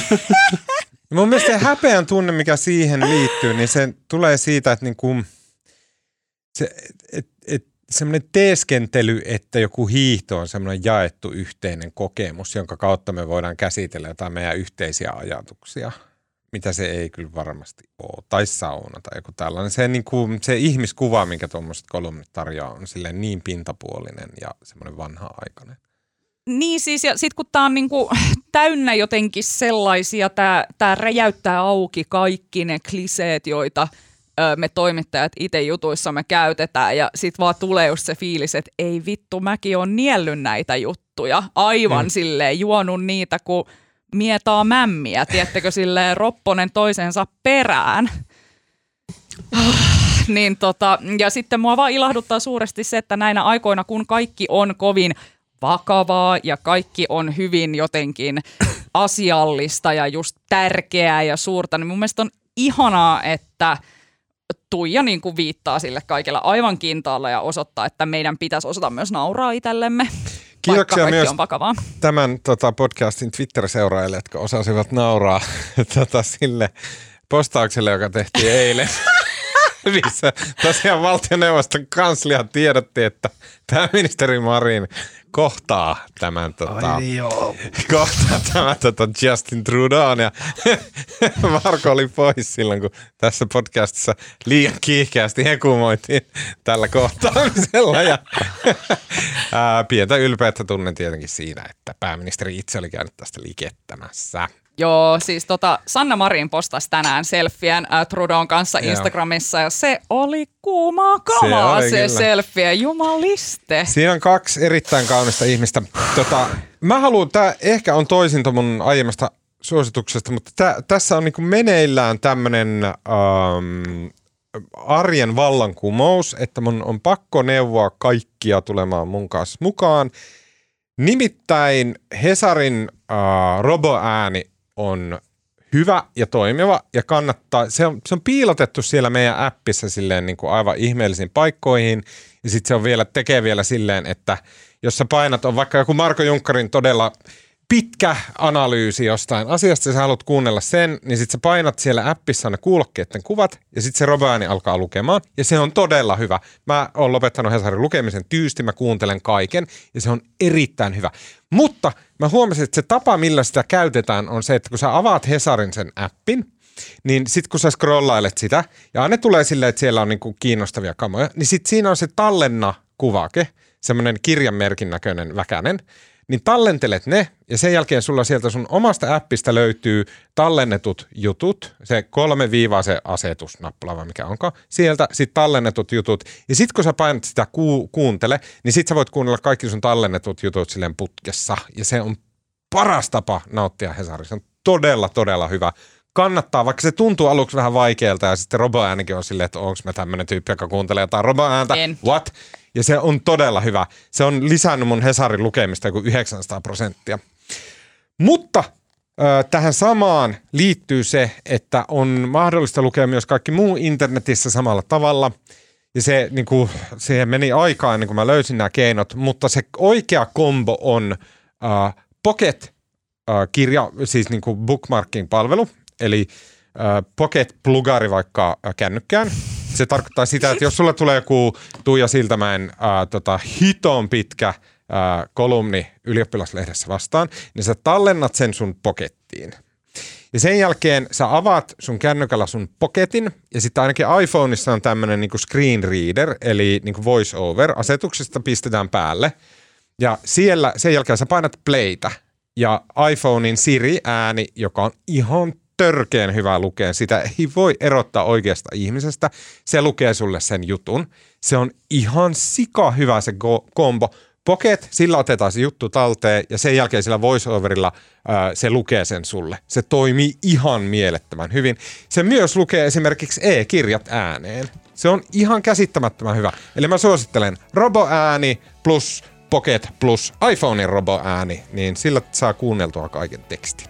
Mun mielestä se häpeän tunne, mikä siihen liittyy, niin se tulee siitä, että niinku, se, et, et, semmoinen teeskentely, että joku hiihto on semmoinen jaettu yhteinen kokemus, jonka kautta me voidaan käsitellä jotain meidän yhteisiä ajatuksia, mitä se ei kyllä varmasti ole, tai sauna tai joku tällainen. Se, niinku, se ihmiskuva, minkä tuommoiset kolumnit tarjoaa, on silleen niin pintapuolinen ja semmoinen vanha-aikainen. Niin siis, ja sit kun tää on niinku täynnä jotenkin sellaisia, tää, tää räjäyttää auki kaikki ne kliseet, joita ö, me toimittajat itse jutuissamme käytetään, ja sit vaan tulee just se fiilis, että ei vittu, mäkin on niellyt näitä juttuja, aivan mm. silleen juonut niitä, kun mietaa mämmiä, tiedättekö, silleen ropponen toisensa perään. Niin tota, ja sitten mua vaan ilahduttaa suuresti se, että näinä aikoina, kun kaikki on kovin vakavaa ja kaikki on hyvin jotenkin asiallista ja just tärkeää ja suurta, niin mun mielestä on ihanaa, että Tuija niin kuin viittaa sille kaikilla aivan kintaalla ja osoittaa, että meidän pitäisi osata myös nauraa itsellemme, Kiitoksia vaikka myös on vakavaa. Tämän tota, podcastin Twitter-seuraajille, jotka osasivat nauraa tota, sille postaukselle, joka tehtiin eilen. Missä tosiaan valtioneuvoston kanslia tiedotti, että pääministeri Marin kohtaa tämän, tota, kohtaa tämän tota Justin Trudeau, ja Marko oli pois silloin, kun tässä podcastissa liian kiihkeästi hekumoitiin tällä kohtaamisella, ja ää, pientä ylpeyttä tunnen tietenkin siinä, että pääministeri itse oli käynyt tästä liikettämässä. Joo, siis tota, Sanna Marin postasi tänään selfien äh, Trudeaun kanssa Instagramissa, ja se oli kuumaa kamaa se, se selfie, jumaliste. Siinä on kaksi erittäin kaunista ihmistä. Tota, mä haluan, tää ehkä on toisinto mun aiemmasta suosituksesta, mutta tää, tässä on niinku meneillään tämmönen ähm, arjen vallankumous, että mun on pakko neuvoa kaikkia tulemaan mun kanssa mukaan. Nimittäin Hesarin äh, roboääni on hyvä ja toimiva ja kannattaa, se on, se on piilotettu siellä meidän appissa silleen niin kuin aivan ihmeellisiin paikkoihin, ja sitten se on vielä, tekee vielä silleen, että jos sä painat, on vaikka joku Marko Junkkarin todella pitkä analyysi jostain asiasta, ja sä haluat kuunnella sen, niin sitten sä painat siellä appissa ne kuulokkeiden kuvat, ja sitten se roboääni alkaa lukemaan, ja se on todella hyvä. Mä oon lopettanut Hesarin lukemisen tyysti, mä kuuntelen kaiken, ja se on erittäin hyvä. Mutta mä huomasin, että se tapa, millä sitä käytetään, on se, että kun sä avaat Hesarin sen appin, niin sit kun sä scrollailet sitä, ja aina tulee silleen, että siellä on niinku kiinnostavia kamoja, niin sit siinä on se tallenna-kuvake, semmoinen kirjanmerkin näköinen väkänen, niin tallentelet ne, ja sen jälkeen sulla sieltä sun omasta appista löytyy tallennetut jutut, se kolme viivaa se asetusnappula vai mikä onko, sieltä sit tallennetut jutut, ja sit kun sä painat sitä ku- kuuntele, niin sit sä voit kuunnella kaikki sun tallennetut jutut silleen putkessa, ja se on paras tapa nauttia Hesarista, se on todella, todella hyvä. Kannattaa, vaikka se tuntuu aluksi vähän vaikealta, ja sitten roboäänikin on silleen, että onko mä tämmönen tyyppi, joka kuuntelee jotain roboääntä, en. What? Ja se on todella hyvä. Se on lisännyt mun Hesarin lukemista joku yhdeksänsataa prosenttia. Mutta äh, tähän samaan liittyy se, että on mahdollista lukea myös kaikki muu internetissä samalla tavalla. Ja se, niin kuin, siihen meni aikaa ennen kuin mä löysin nämä keinot, mutta se oikea kombo on äh, Pocket-kirja, äh, siis niin kuin bookmarking-palvelu, eli äh, Pocket-plugari vaikka äh, kännykkään. Se tarkoittaa sitä, että jos sulla tulee joku Tuija Siltamäen ää, tota, hiton pitkä ää, kolumni ylioppilaslehdessä vastaan, niin sä tallennat sen sun Pockettiin. Ja sen jälkeen sä avaat sun kännykällä sun Pocketin, ja sitten ainakin iPhoneissa on tämmönen niinku screen reader, eli niinku voice over, asetuksesta pistetään päälle, ja siellä sen jälkeen sä painat playtä, ja iPhonein Siri-ääni, joka on ihan törkeen hyvä lukea. Sitä ei voi erottaa oikeasta ihmisestä. Se lukee sulle sen jutun. Se on ihan sika hyvä se go- kombo. Pocket, sillä otetaan se juttu talteen ja sen jälkeen sillä voiceoverilla ää, se lukee sen sulle. Se toimii ihan mielettömän hyvin. Se myös lukee esimerkiksi e-kirjat ääneen. Se on ihan käsittämättömän hyvä. Eli mä suosittelen roboääni plus Pocket plus iPhonein roboääni, niin sillä saa kuunneltua kaiken tekstin.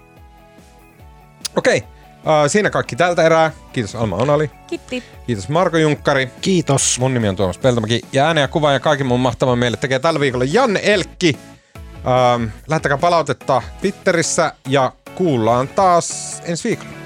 Okei, uh, siinä kaikki tältä erää. Kiitos Alma Onali. Kiitti. Kiitos Marko Junkkari. Kiitos. Mun nimi on Tuomas Peltomäki ja äänen ja kuvan ja kaiken mun mahtavan meille tekee tällä viikolla Janne Elkki. Uh, lähettäkää palautetta Twitterissä ja kuullaan taas ensi viikolla.